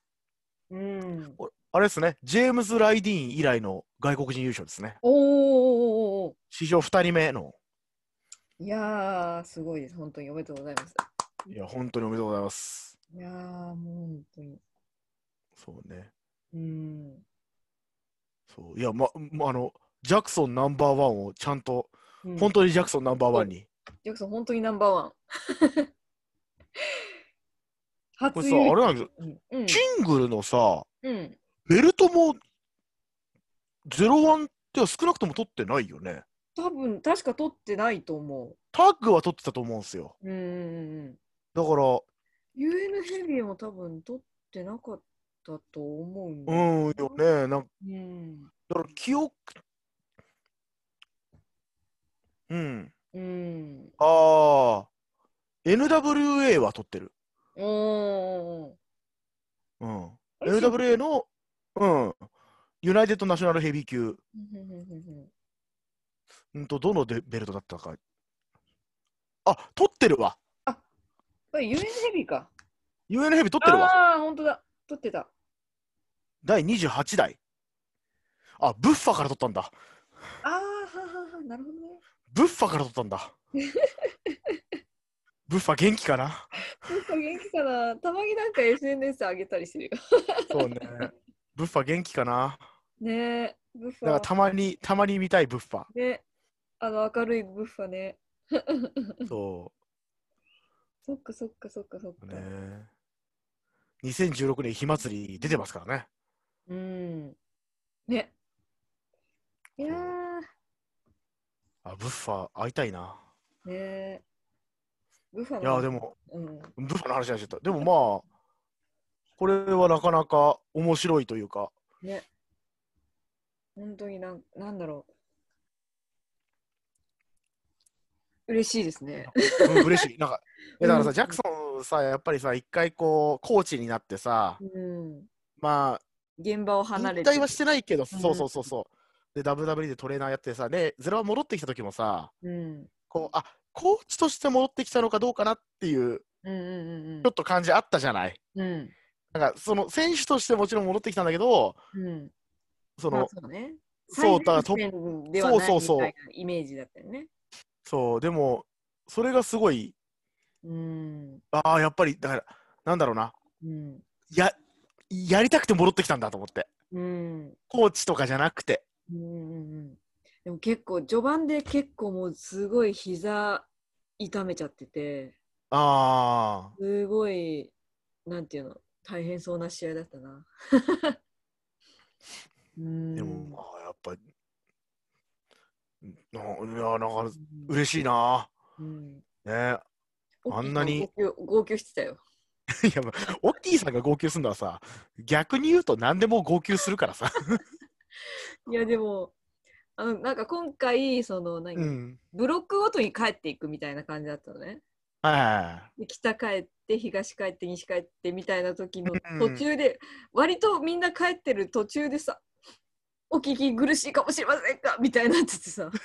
あれですね、ジェームズ・ライディーン以来の外国人優勝ですね。史上2人目の。 いやー、すごいです。本当におめでとうございます。 いや、本当におめでとうございます。 いやー、もう本当に。 そうね。そう。いや、ジャクソンナンバーワンをちゃんと、本当にジャクソンナンバーワンに。 ジャクソン本当にナンバーワン。 これさ、あれなんですよ。シングルのさ、ベルトも01っては少なくとも取ってないよね。 多分、確か取ってないと思う。 タッグは取ってたと思うんですよ。だから、 UN ヘビーも多分取ってなかったと思うんだよね。だから記憶、NWA は取ってる。NWA の、ユナイテッドナショナルヘビー級。どのベルトだったか。あ、取ってるわ。 あ、これ UN ヘビーか。 UN ヘビー取ってるわ。 ああ、本当だ。取ってた。 第28代。あ、ブッファから取ったんだ。 ああ、ははは、なるほどね。 ブッファから取ったんだ。ブッファ元気かな？ ブッファ元気かな？たまになんか SNS 上げたりするよ。 そうね。ブッファ元気かな？ ね、ブッファ。 だからたまに見たいブッファ。 ね、明るいブッファね。 そう。 そっかそっかそっかそっか。 ね、2016年火祭り出てますからね。ね。いやー。 ブッファ会いたいな。 ね。ブッファの。 いや、でも、ブッファの話はしちゃった。でもまあ、これはなかなか面白いというか。 ね。本当になんだろ嬉しいですね。 嬉しい。なんか、だからさ、ジャクソンさ、やっぱりさ、一回こう、コーチになってさ、まあ、 現場を離れ引て。 退はしてないけど、そうそうそうそう。で、WWE でトレーナーやってさ、で、ゼロワン戻ってきた時もさ、こう、コーチとして戻ってきたのかどうかなっていう、ちょっと感じあったじゃない。なんか、その、選手としてもちろん戻ってきたんだけど、その、 そうね。 そう、だからそうそう。イメージだったよね。 そう、でも、それがすごい、やっぱり、だから、なんだろうな、やりたくて戻ってきたんだと思って。コーチとかじゃなくて。 でも結構、序盤で結構もうすごい膝痛めちゃってて、すごい、なんていうの、大変そうな試合だったな。 でも、やっぱり、なんか、嬉しいな。ね、あんなに。 号泣してたよ。 いや、オッキーさんが号泣するのはさ、逆に言うと何でも号泣するからさ。 いや、でも、なんか今回、ブロックごとに帰っていくみたいな感じだったのね。で北帰って、東帰って、西帰ってみたいな時の途中で、割とみんな帰ってる途中でさ、お聞き苦しいかもしれませんかみたいになっててさ。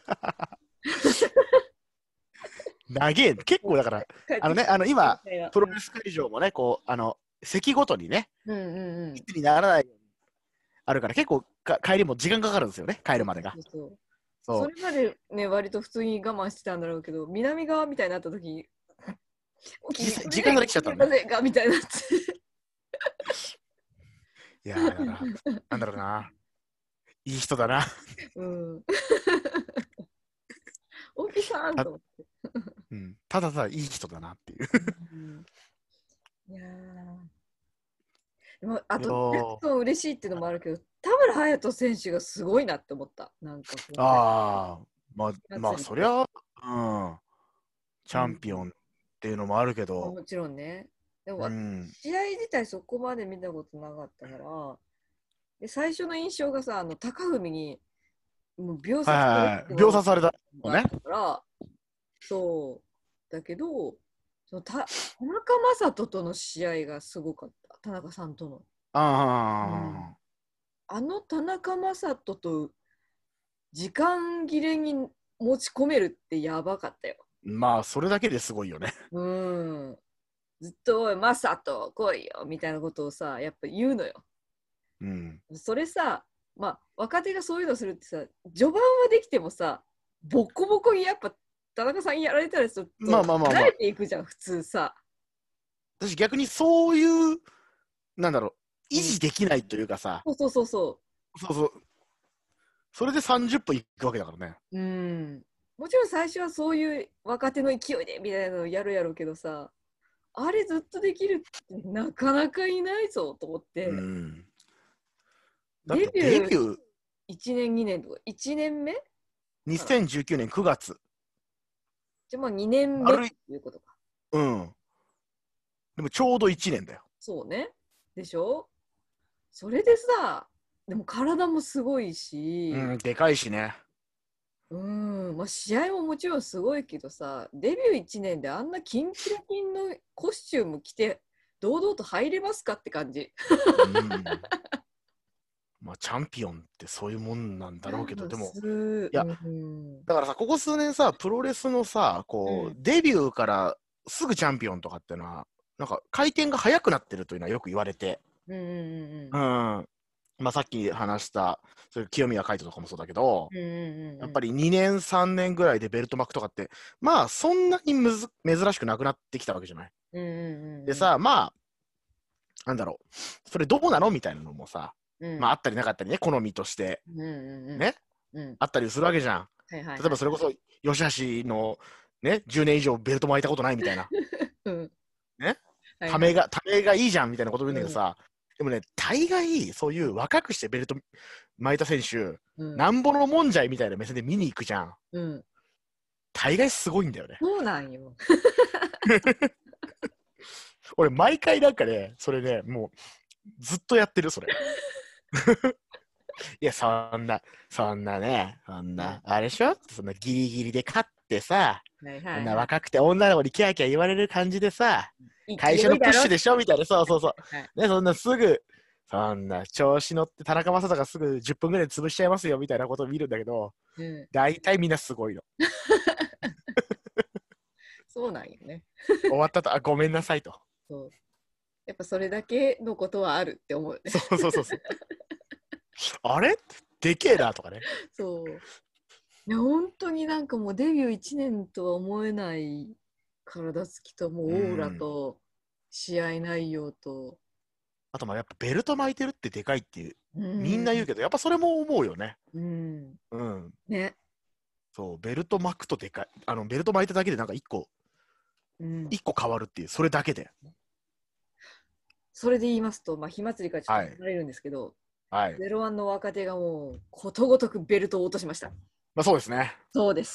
長え、結構だから、今、プロレス会場もね、こう、席ごとにね、いつにならないようにあるから、結構帰りも時間かかるんですよね、帰るまでが。 それまでね、割と普通に我慢してたんだろうけど、南側みたいになった時、 時間ができちゃったのね。 みたいになって。 いやだから、なんだろうな。いい人だな。 大木さんと思って。 ただただいい人だなっていう。 いやでもあと、ジャクソン嬉しいっていうのもあるけど、田村隼人選手がすごいなって思った。なんかまあ、そりゃ、チャンピオンっていうのもあるけど。 もちろんね。でも、試合自体そこまで見たことなかったから、で最初の印象がさ、高文にもう秒殺されたのね。 そうだけど、田中将人との試合がすごかった。田中さんとの。田中将人と時間切れに持ち込めるってやばかったよ。 まあ、それだけですごいよね。 ずっと、おい、将人来いよみたいなことをさ、やっぱ言うのよ。それさ、まあ、若手がそういうのするってさ、序盤はできてもさ、ボコボコにやっぱ田中さんやられたらちょっと慣れていくじゃん、普通さ。 私逆にそういう、なんだろう、維持できないというかさ。 そう。 それで30分いくわけだからね。もちろん最初はそういう若手の勢いでみたいなのやるやろうけどさ、あれずっとできるってなかなかいないぞと思って。 だってデビュー 1年2年とか1年目 ?2019 年9月。 じゃあまあ2年目っていうことか。 でもちょうど1年だよ。 そうね。でしょ？それでさ、でも体もすごいし。 でかいしね。 まあ試合ももちろんすごいけどさ、デビュー1年であんなキンキラキンのコスチューム着て堂々と入れますかって感じ。 まあチャンピオンってそういうもんなんだろうけど、でもいや、 だからさ、ここ数年さ、プロレスのさ、こう、デビューからすぐチャンピオンとかっていうのは、なんか回転が速くなってるというのはよく言われて、まあさっき話したそれ清宮海斗とかもそうだけど、やっぱり2年3年ぐらいでベルト巻くとかってまあそんなに珍しくなくなってきたわけじゃない。でさ、まあなんだろう、それどうなのみたいなのもさ、まああったりなかったりね、好みとしてね、あったりするわけじゃん。例えばそれこそ吉橋のね10年以上ベルト巻いたことないみたいなね、ためがいいじゃんみたいなこと言うんだけどさ、でもね、大概そういう若くしてベルト巻いた選手、なんぼのもんじゃいみたいな目線で見に行くじゃん。大概すごいんだよね。 そうなんよ。 俺毎回なんかね、それね、もうずっとやってるそれ。いや、そんなね、あれでしょ、そんなギリギリで勝ってさ、 はいこんなはいはい。 若くて女の子にキャーキャー言われる感じでさ、 勢会社のプッシュで。 でしょみたいな、そうそうそう。 はいね、そんなすぐ、そんな調子乗って田中将大がすぐ10分ぐらいで潰しちゃいますよみたいなことを見るんだけど、 うん、 大体みんなすごいの。 そうなんよね。 終わったと、あ、ごめんなさいと。 そう。やっぱそれだけのことはあるって思うね。 そうそうそうそう。あれでけえなとかね。 そう。いや、本当になんかもうデビュー1年とは思えない体つきともうオーラと試合内容と。 あとまあやっぱベルト巻いてるってでかいっていう、 うんみんな言うけど、やっぱそれも思うよね。 うん。 うん。 ね。 そう、ベルト巻くとでかい。ベルト巻いただけでなんかうん。 一個変わるっていう、それだけで。 それで言いますと、まあ、火祭りからちょっはいと離れるんですけど、 はい。 ゼロワンの若手がもうことごとくベルトを落としました。 まあそうですね。 そうです。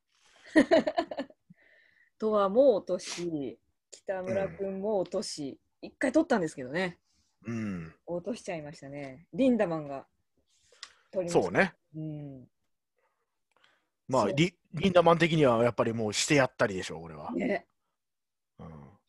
とはも落とし、北村君も落とし、一回取ったんですけどね、 うん。 落としちゃいましたね。リンダマンが取りました。 そうね。 うん。 まあそうリンダマン的にはやっぱりもうしてやったりでしょ、俺は。 ね。 うん、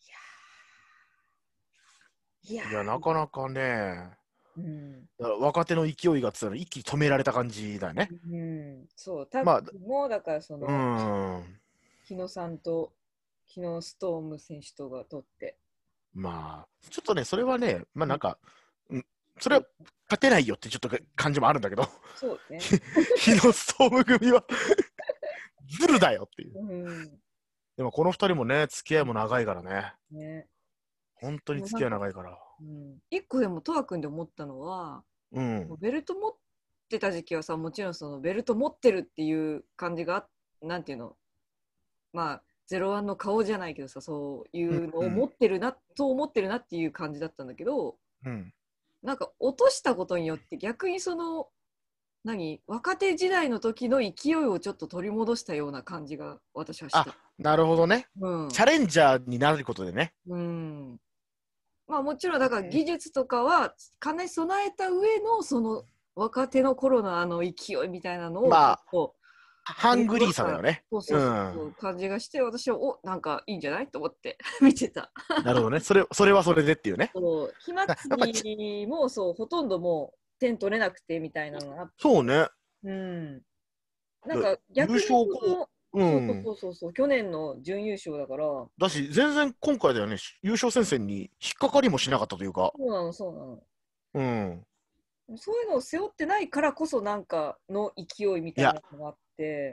いやいや、なかなかね、 うん。 だから若手の勢いがつら一気に止められた感じだよね。 うん。そう、多まあ分もうだからその、日野さんと、日野ストーム選手とが取って。 まあ、ちょっとね、それはね、まあなんか、それは勝てないよってちょっと感じもあるんだけど、 そうね。 日野ストーム組はズルだよっていう。 うん。 でもこの2人もね、付き合いも長いからね。 ね。 本当に付き合い長いから。 一個でもトワ君で思ったのは、ベルト持ってた時期はさ、もちろんそのベルト持ってるっていう感じがなんていうの、まあゼロワンの顔じゃないけどさ、そういうのを持ってるな、そう思ってるなっていう感じだったんだけど、なんか落としたことによって逆にその若手時代の時の勢いをちょっと取り戻したような感じが私はした。 あ、なるほどね。チャレンジャーになることでね。 まあもちろんだから技術とかは兼ね備えた上のその若手の頃の勢いみたいなのをまあハングリーさだよね。 そう感じがして、私はなんかいいんじゃないと思って見てた。 なるほどね。それはそれでっていうね。 火祭りもそうほとんどもう点取れなくてみたいなのがあって。 そうね。 なんか逆にそう去年の準優勝だから。 だし全然今回だよね、優勝戦線に引っかかりもしなかったというか。 そうなの。そういうのを背負ってないからこそなんかの勢いみたいなのがあって。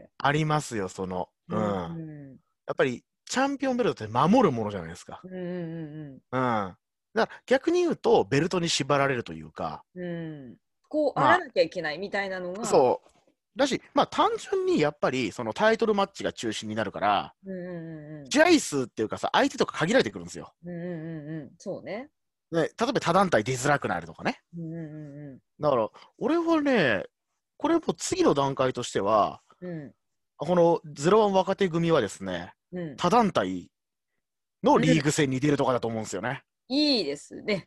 ありますよ、やっぱりチャンピオンベルトって守るものじゃないですか。だから逆に言うとベルトに縛られるというか、 こうあらなきゃいけないみたいなのが。 そうだし、まあ単純にやっぱりそのタイトルマッチが中心になるから、試合数っていうかさ、相手とか限られてくるんですよ。 そうね。 例えば他団体出づらくなるとかね。だから俺はね、これも次の段階としては、この01若手組はですね、他団体のリーグ戦に出るとかだと思うんですよね。 いいですね。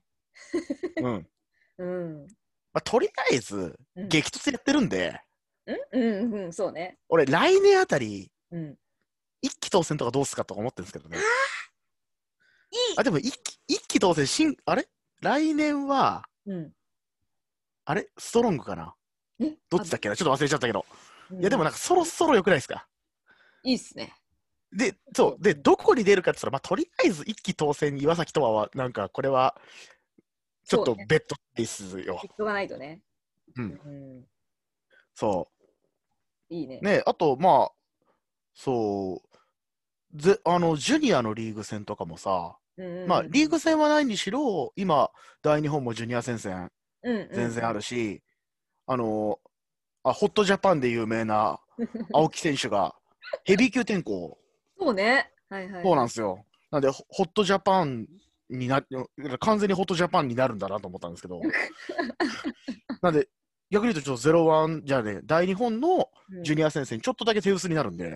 とりあえず激突やってるんで、 そうね。 俺来年あたり一期当選とかどうすかとか思ってるんですけどね。でも一期当選あれ来年は、あれストロングかな、どっちだっけな、ちょっと忘れちゃったけど、いやでもなんかそろそろよくないですか。 いいっすね。 でどこに出るかって言ったら、とりあえず一期当選岩崎とはなんかこれはちょっとベッドですよ。 ベッドがないとね。 そういいね。 あとまあジュニアのリーグ戦とかもさ、まあリーグ戦はないにしろ今大日本もジュニア戦線全然あるし、ホットジャパンで有名な青木選手がヘビー級転向。 そうね。 そうなんですよ。なんでホットジャパンに完全にホットジャパンになるんだなと思ったんですけどなんで逆に言うとちょっと01じゃね、大日本のジュニア戦線ちょっとだけ手薄になるんで、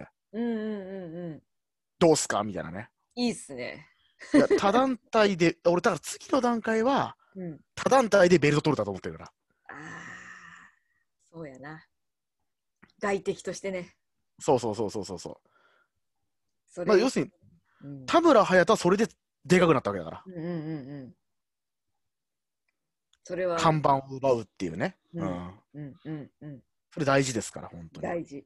どうすかみたいなね。 いいっすね。 他団体で俺だから次の段階は他団体でベルト取るだと思ってるから。 そうやな。外敵としてね。 そうそれ、 まあ、要するに、 うん田村隼人はそれででかくなったわけだから、 うんうんうんうん。それは、 看板を奪うっていうね、 ううんんうんうんうん。 それ大事ですから、本当に。 大事。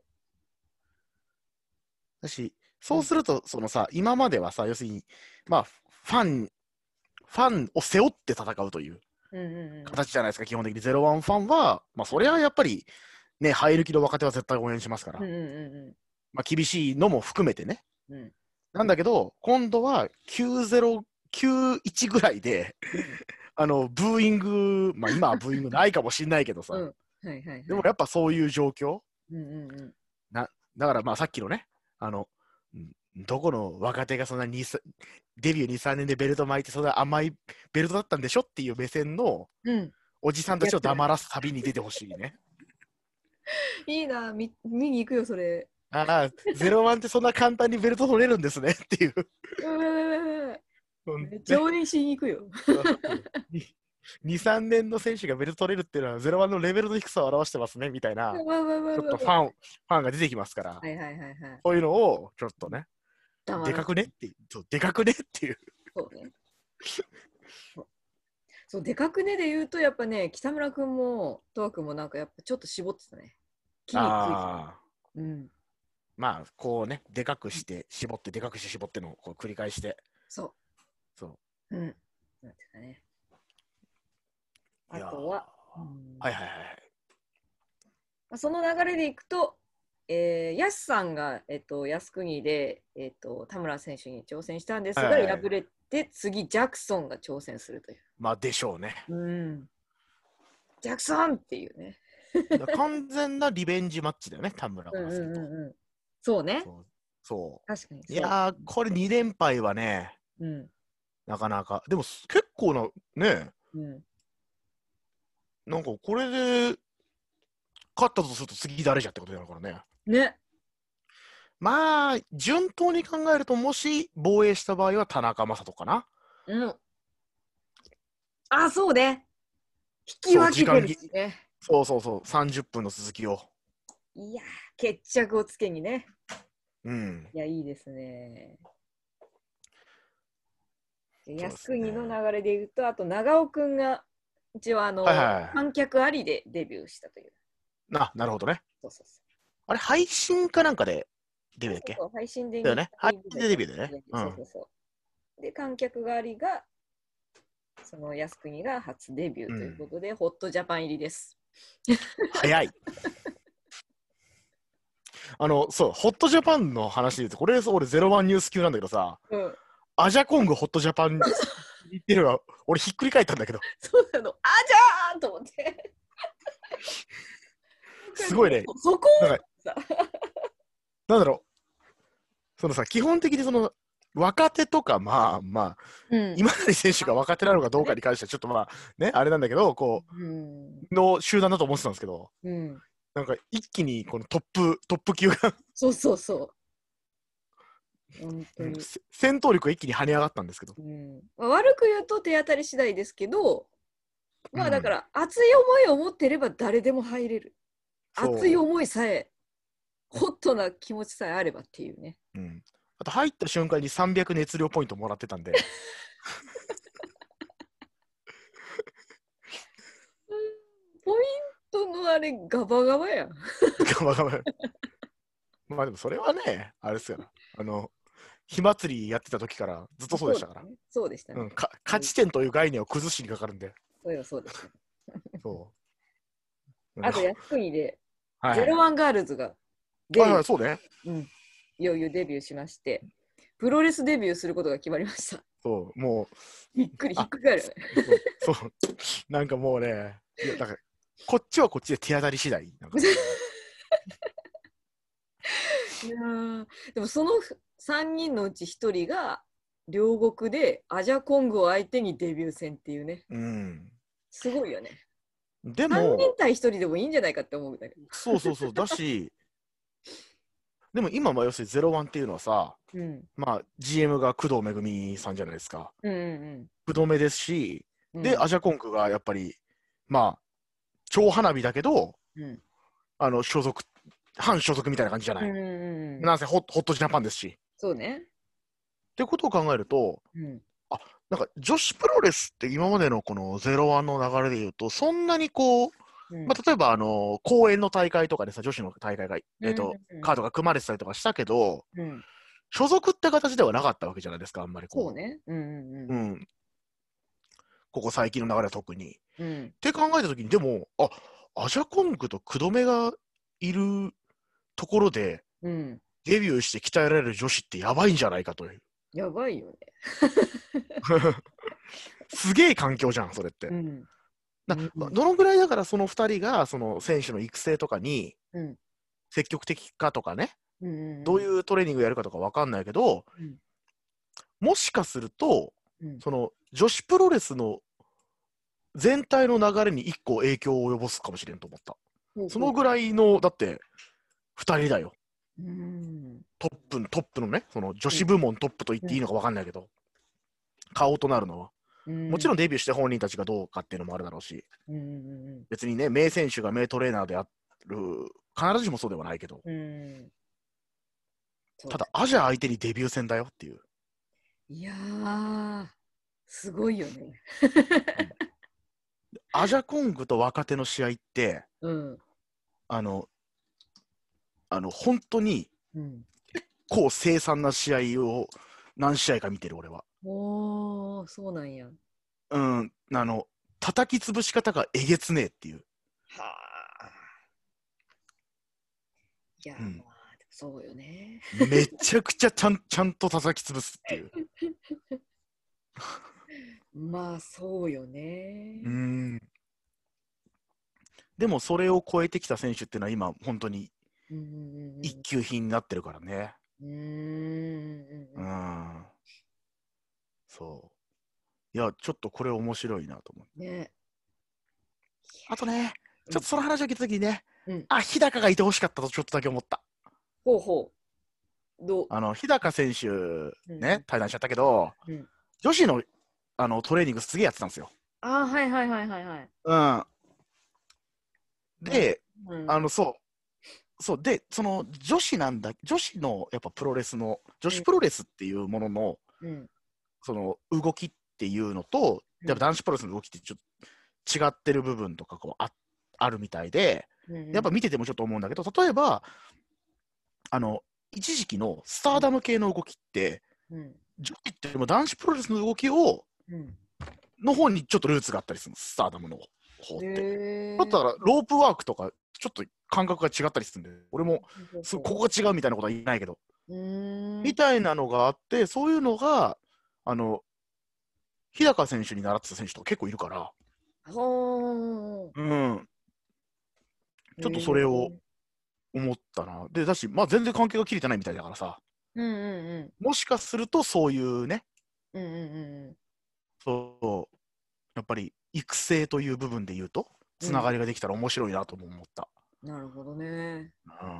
だし、そうすると、そのさ、今まではさ、要するに、まあ、ファンを背負って戦うといううんうんうん。 形じゃないですか、基本的に。01ファンは、まあ、それはやっぱり、ね、生え抜きの若手は絶対応援しますから、 うんうんうんまあ、厳しいのも含めてね。 うん。うんなんだけど、今度は90、91ぐらいで、ブーイング、まあ今はブーイングないかもしれないけどさ、 うん。はいはいはい。 でもやっぱそういう状況、 うんうんうん。 だからまあさっきのね、どこの若手がそんなにデビュー2、3年でベルト巻いて、そんな甘いベルトだったんでしょっていう目線のうん。 おじさんたちを黙らす旅に出てほしいね。 いいな、見に行くよ、それ。 ああ、01ってそんな簡単にベルト取れるんですねっていう。 めっちゃ応援しに行くよ。 2、3年の選手がベルト取れるっていうのは01のレベルの低さを表してますねみたいな、ちょっとファンが出てきますから、 はいはいはいはい。 そういうのをちょっとね、 黙らでかくねっていう、そうでかくねっていう。 そうね。そう、でかくねで言うと、やっぱね、北村君も、とわ君もなんかやっぱちょっと絞ってたね。筋肉ついてああ、 た。うん。 まあ、こうね、でかくして絞って、でかくして絞ってのをこう繰り返して、 そそう。 う。うん。なんていうかね。あいやーとは、 はいはいはい。 まあその流れでいくと、ヤスさんが、靖国で、田村選手に挑戦したんですが、 はいはいはい敗れて、次、ジャクソンが挑戦するという。 まあ、でしょうね。 うん。ジャクソンっていうね。 だから完全なリベンジマッチだよね、田村からすると。 そうね。 そう。 確かにそう。 いやー、これ2連敗はね、 うん。 なかなか。でも結構な、ね、 うん。 なんかこれで勝ったとすると次誰じゃってことだからね。 ね。 まあ、順当に考えると、もし防衛した場合は田中将人かな。 うん。あ、そうね。引き分けてるしね。 そう、30分の続きを。 いやー、決着をつけにね。 うん。 いや、いいですね。 そうですね靖国の流れで言うと、あと長尾くんが一応はいはい観客ありでデビューしたという。 なるほどね。 そうそうそう。 あれ、配信かなんかでデビューだっけ？ そう配信でだよね。配信でデビューだよね。 そうそうそう。で、観客がありが、その靖国が初デビューということで、ホットジャパン入りです。 早い。そう、ホットジャパンの話で言うと、これ、俺、01ニュース級なんだけどさ、 うん。 アジャコングホットジャパンに行ってるのが、俺、ひっくり返ったんだけど、 そうなの。あじゃーんと思って。 すごいね。 そこなんかなんだろう、そのさ、基本的にその、若手とか、まあ、 うん今成選手が若手なのかどうかに関しては、ちょっとまあ、ね、あれなんだけど、こうんう、の集団だと思ってたんですけど、 うん、 なんか一気にこのトップ級がそうそうそう。本当に。 戦闘力が一気に跳ね上がったんですけど。 まあ、悪く言うと手当たり次第ですけど、まあだから熱い思いを持ってれば誰でも入れる。 そう熱い思いさえ、ホットな気持ちさえあればっていうね。 あと入った瞬間に300熱量ポイントもらってたんで。 ポイントのあれガバガバやん。 ガバガバ。まあでもそれはね、あれですよ。火祭りやってた時からずっとそうでしたから。 そうでしたね。 勝ち点という概念を崩しにかかるんで。 そうですね。 そう。 あと靖国で、 はい 01ガールズがはい、そうね。 いよいよデビューしまして、プロレスデビューすることが決まりました。 そう、もう。 ひっくり返るよね。 そう。なんかもうね、いや、だから、こっちはこっちで手当たり次第。なんかいやでもその3人のうち1人が両国でアジャコングを相手にデビュー戦っていうね。すごいよね。 でも、 3人対1人でもいいんじゃないかって思うんだけど。 そうだし、でも今、要するに01っていうのはさ、まあ GM が工藤めぐみさんじゃないですか。工藤めですし、で、アジャコングがやっぱり、まあ、超花火だけど、反所属みたいな感じじゃない。なんせホットジャパンですし。 そうね。 てことを考えると、 うん。 なんか女子プロレスって今までのこの01の流れで言うと、そんなにこう、 うんまあ、例えば公園の大会とかでさ、女子の大会が、 うんカードが組まれてたりとかしたけど、 うん。 所属って形ではなかったわけじゃないですか、あんまりこう。 そうね。うんうんううん。 ん。ここ最近の流れは特に。 うんって考えたときに、でも、アジャコングとクドメがいるところで、 うん。 デビューして鍛えられる女子ってやばいんじゃないかという。 やばいよね。 すげえ環境じゃん、それって。 うん。 どうんのぐらいだからその2人がその選手の育成とかにうん積極的かとかね、 うん。 どういうトレーニングやるかとか分かんないけど、 うんもしかすると、 うんその女子プロレスの全体の流れに1個影響を及ぼすかもしれんと思った。そのぐらいの、だって2人だよ。 うんトップのね、その女子部門トップと言っていいのか分かんないけど、顔となるのは。もちろんデビューして本人たちがどうかっていうのもあるだろうし、 うん別にね、名選手が名トレーナーである、必ずしもそうではないけど、ただアジア相手にデビュー戦だよっていう。 いやー、すごいよね。 アジャコングと若手の試合って、 うん本当にうん。 こう凄惨な試合を何試合か見てる俺は。 おー、そうなんや。 叩き潰し方がえげつねえっていう。 はあ。いやー、 うんまあ、そうよね。 めちゃくちゃちゃんと叩き潰すっていう。 まあ、そうよね。 でもそれを超えてきた選手っていうのは今本当にうん一級品になってるからね。 うんそう。いや、ちょっとこれ面白いなと思う。 ね。 あとね、ちょっとその話を聞いたときにね、 うん日高がいてほしかったとちょっとだけ思った。 ほうほう。 日高選手ね、対談しちゃったけど、 うん女子のトレーニングすげえやってたんですよ。 ああ、はいはいはいはいはい。 で、 うんそうで、その女子のやっぱプロレスの、女子プロレスっていうものの、 うんその動きっていうのと、やっぱ男子プロレスの動きってちょっと違ってる部分とかこうあるみたいで、やっぱ見ててもちょっと思うんだけど、例えば、一時期のスターダム系の動きって、 うん女子っても男子プロレスの動きを、の方にちょっとルーツがあったりするの、スターダムの方って。だったら、ロープワークとか、ちょっと感覚が違ったりするんで、俺もここが違うみたいなことは言えないけど、みたいなのがあって、そういうのが、日高選手に習ってた選手とか結構いるから、ちょっとそれを思ったな。で、だし、まあ全然関係が切れてないみたいだからさ、もしかするとそういうね、そうやっぱり育成という部分で言うとつながりができたら面白いなとも思った。 なるほどね。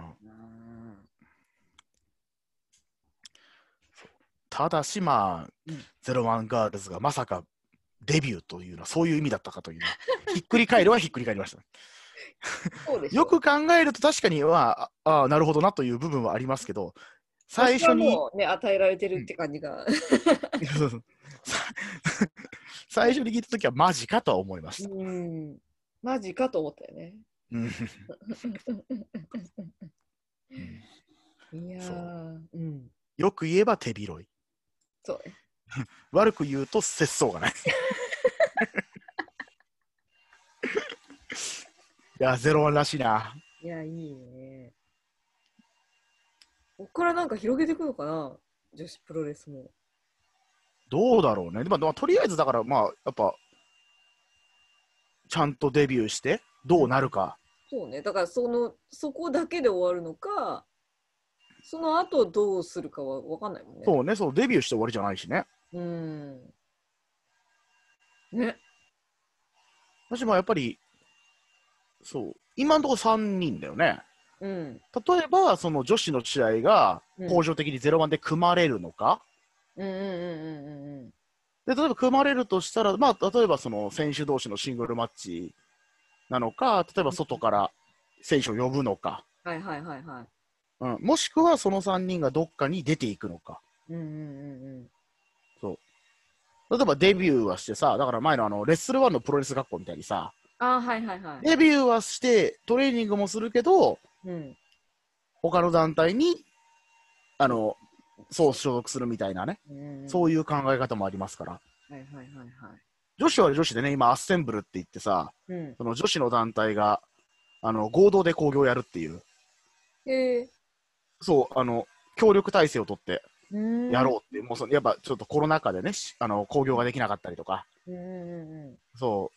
ただしまあ、01ガールズがまさかデビューというのはそういう意味だったかというのはひっくり返るはひっくり返りました。よく考えると確かにはなるほどなという部分はありますけど、最初にもうね、与えられてるって感じが。 最初に聞いたときはマジかとは思いました。 マジかと思ったよね。いやー、 よく言えば手広い。 そうね。 悪く言うと節操がない。いや、01らしいな。 いや、いいね。ここからなんか広げていくのかな、女子プロレスも。 どうだろうね。まあ、とりあえずだからまあやっぱちゃんとデビューしてどうなるか。 そうね。だからそこだけで終わるのか、その後どうするかは分かんないもんね。 そうね、そうデビューして終わりじゃないしね。 ね。 私もやっぱりそう今のところ3人だよね。例えばその女子の試合が恒常的に01で組まれるのか。で例えば組まれるとしたら、まあ、例えばその選手同士のシングルマッチなのか、例えば外から選手を呼ぶのか、 もしくはその3人がどっかに出ていくのか。 うんうんうんそう。例えばデビューはしてさ、だから前のレッスル1のプロレス学校みたいにさ、 ああ、はいはいはい。 デビューはしてトレーニングもするけど、 うん。 他の団体に、そう所属するみたいなね、そういう考え方もありますから。 はいはいはいはい。 女子は女子でね、今、アッセンブルって言ってさ、 うん。 その女子の団体が、合同で興行をやるっていう、そう、協力体制を取ってやろうっていう、もうやっぱちょっとコロナ禍でね、興行ができなかったりとか、そう。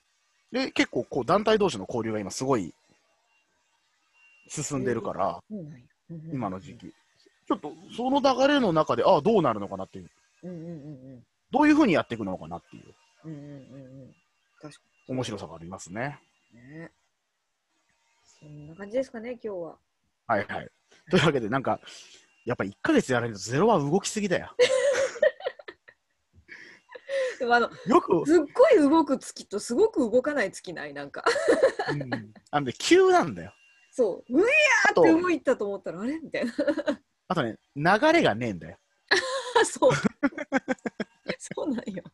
で、結構こう団体同士の交流が今すごい進んでるから、今の時期。ちょっとその流れの中で、どうなるのかなっていう。どういうふうにやっていくのかなっていう。 確かに。面白さがありますね。 ね。そんな感じですかね、今日は。 はいはい。というわけで、なんか、やっぱ1ヶ月やらないとゼロは動きすぎだよ。 でもよくすっごい動く月とすごく動かない月ないなんか。 急なんだよ。 そう。うやーって動いたと思ったらあれみたいな。 あとね、流れがねえんだよ。 そう。そうなんよ。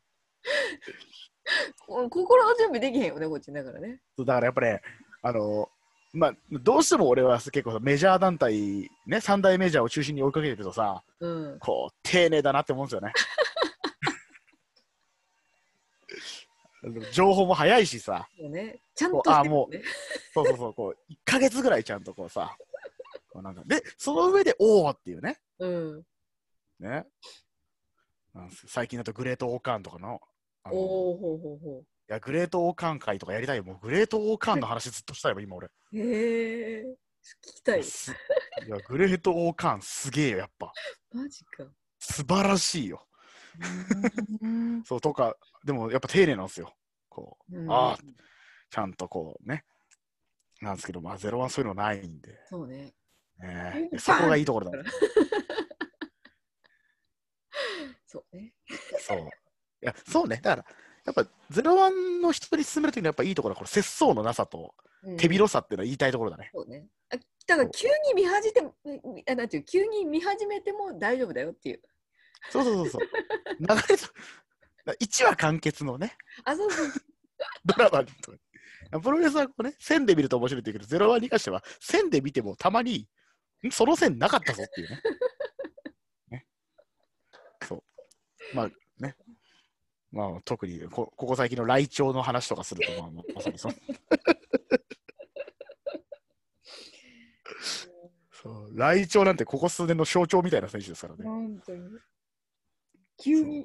心の準備できへんよね、こっちだからね。 だからやっぱね、どうしても俺は結構メジャー団体、ね、三大メジャーを中心に追いかけてるとさ、こう、丁寧だなって思うんですよね。情報も早いしさ。 ちゃんとしてるね。 もう、そうそうそう、こう、1ヶ月ぐらいちゃんとこうさ、なんかで、その上で、おーっていうね。ね。最近だとグレートオーカーンとかの、いや、グレートオーカーン会とかやりたいよ。もうグレートオーカーンの話ずっとしたいよ、今俺。 へえ、聞きたい。 いや、グレートオーカーンすげえよ、やっぱ。 マジか。 素晴らしいよ。そうとか、でもやっぱ丁寧なんですよ。こう、ちゃんとこうね。なんですけど、ゼロワンそういうのないんで。 そうね。 そこがいいところだ。 そうね。 そう。いや、そうね。だから、やっぱゼロワンの人に進めるときのやっぱいいところは、これ、節操のなさと手広さっていうのは言いたいところだね。 そうね。だから急に見始めても大丈夫だよっていう。 そう。流れと、1話完結のね。 そうそう。 ドラマとか。プロレスはこうね、線で見ると面白いって言うけど、ゼロワンに関しては、線で見てもたまに、その線なかったぞっていうね。ね、そう。ね。特にここ最近の来庁の話とかすると、まさにそう。そう来庁なんてここ数年の象徴みたいな選手ですからね。 本当に。急に。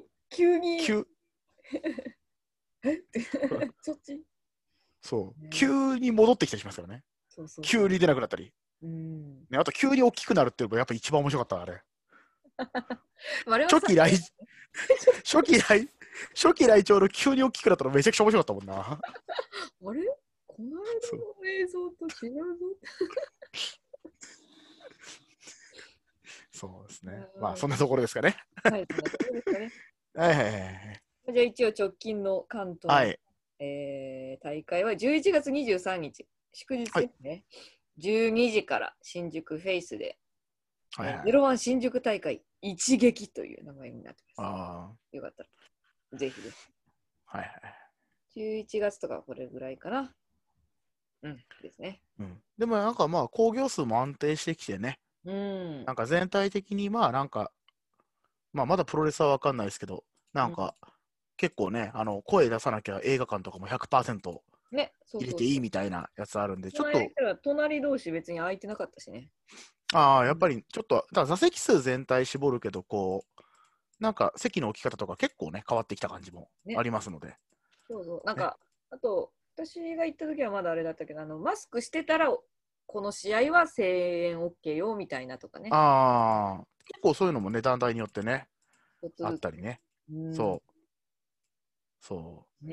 そっちそう、急に戻ってきたりしますからね。急に出なくなったり。あと急に大きくなるっていうのがやっぱ一番面白かった、あれ。初期来庁の急に大きくなったのめちゃくちゃ面白かったもんな。 あれこの間の映像と違うぞ。 そうですね。そんなところですかね。 はい、そんなところですかね。じゃあ一応直近の関東、大会は11月23日、祝日ですね。12時から新宿フェイスで、ゼロワン新宿大会一撃という名前になってます。よかったら、ぜひです。11月とかこれぐらいかな。ですね。 でもなんか興行数も安定してきてね。なんか全体的にまだプロレスは分かんないですけど、なんか結構ね、声出さなきゃ映画館とかも 100% 入れていいみたいなやつあるんで、ちょっと。 隣同士別に空いてなかったしね。 やっぱりちょっと、座席数全体絞るけど、こう、なんか席の置き方とか結構ね、変わってきた感じもありますので。 なんか、あと、私が行った時はまだあれだったけど、マスクしてたら、この試合は声援 OK よみたいなとかね。 結構そういうのもね、団体によってね、あったりね。そう。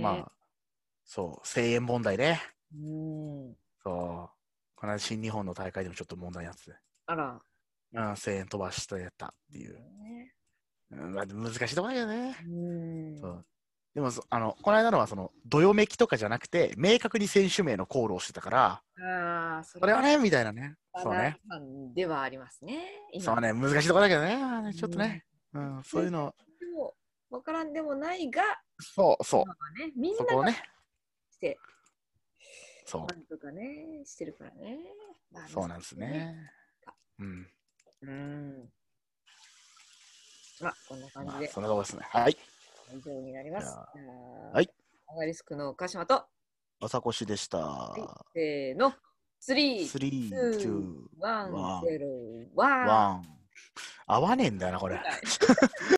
声援問題ね。この間新日本の大会でもちょっと問題になってて。声援飛ばしてやったっていう。難しいところだよね。 でもこの間のはどよめきとかじゃなくて、明確に選手名のコールをしてたから、 ああ、そそれはね、みたいなね。そうね。 ではありますね。 そうね、難しいところだけどね、ちょっとね。そういうの。 でも、わからんでもないが、 そう。 みんなそこをね。 して、 そう。 なんとかね、してるからね。 そうなんですね。 こんな感じで。 そんなとこですね。はい。 以上になります。 はい。 アガリスクの鹿島と、 朝越でした。 せーの。3、2、1、0、1。 合わねえんだよな、これ。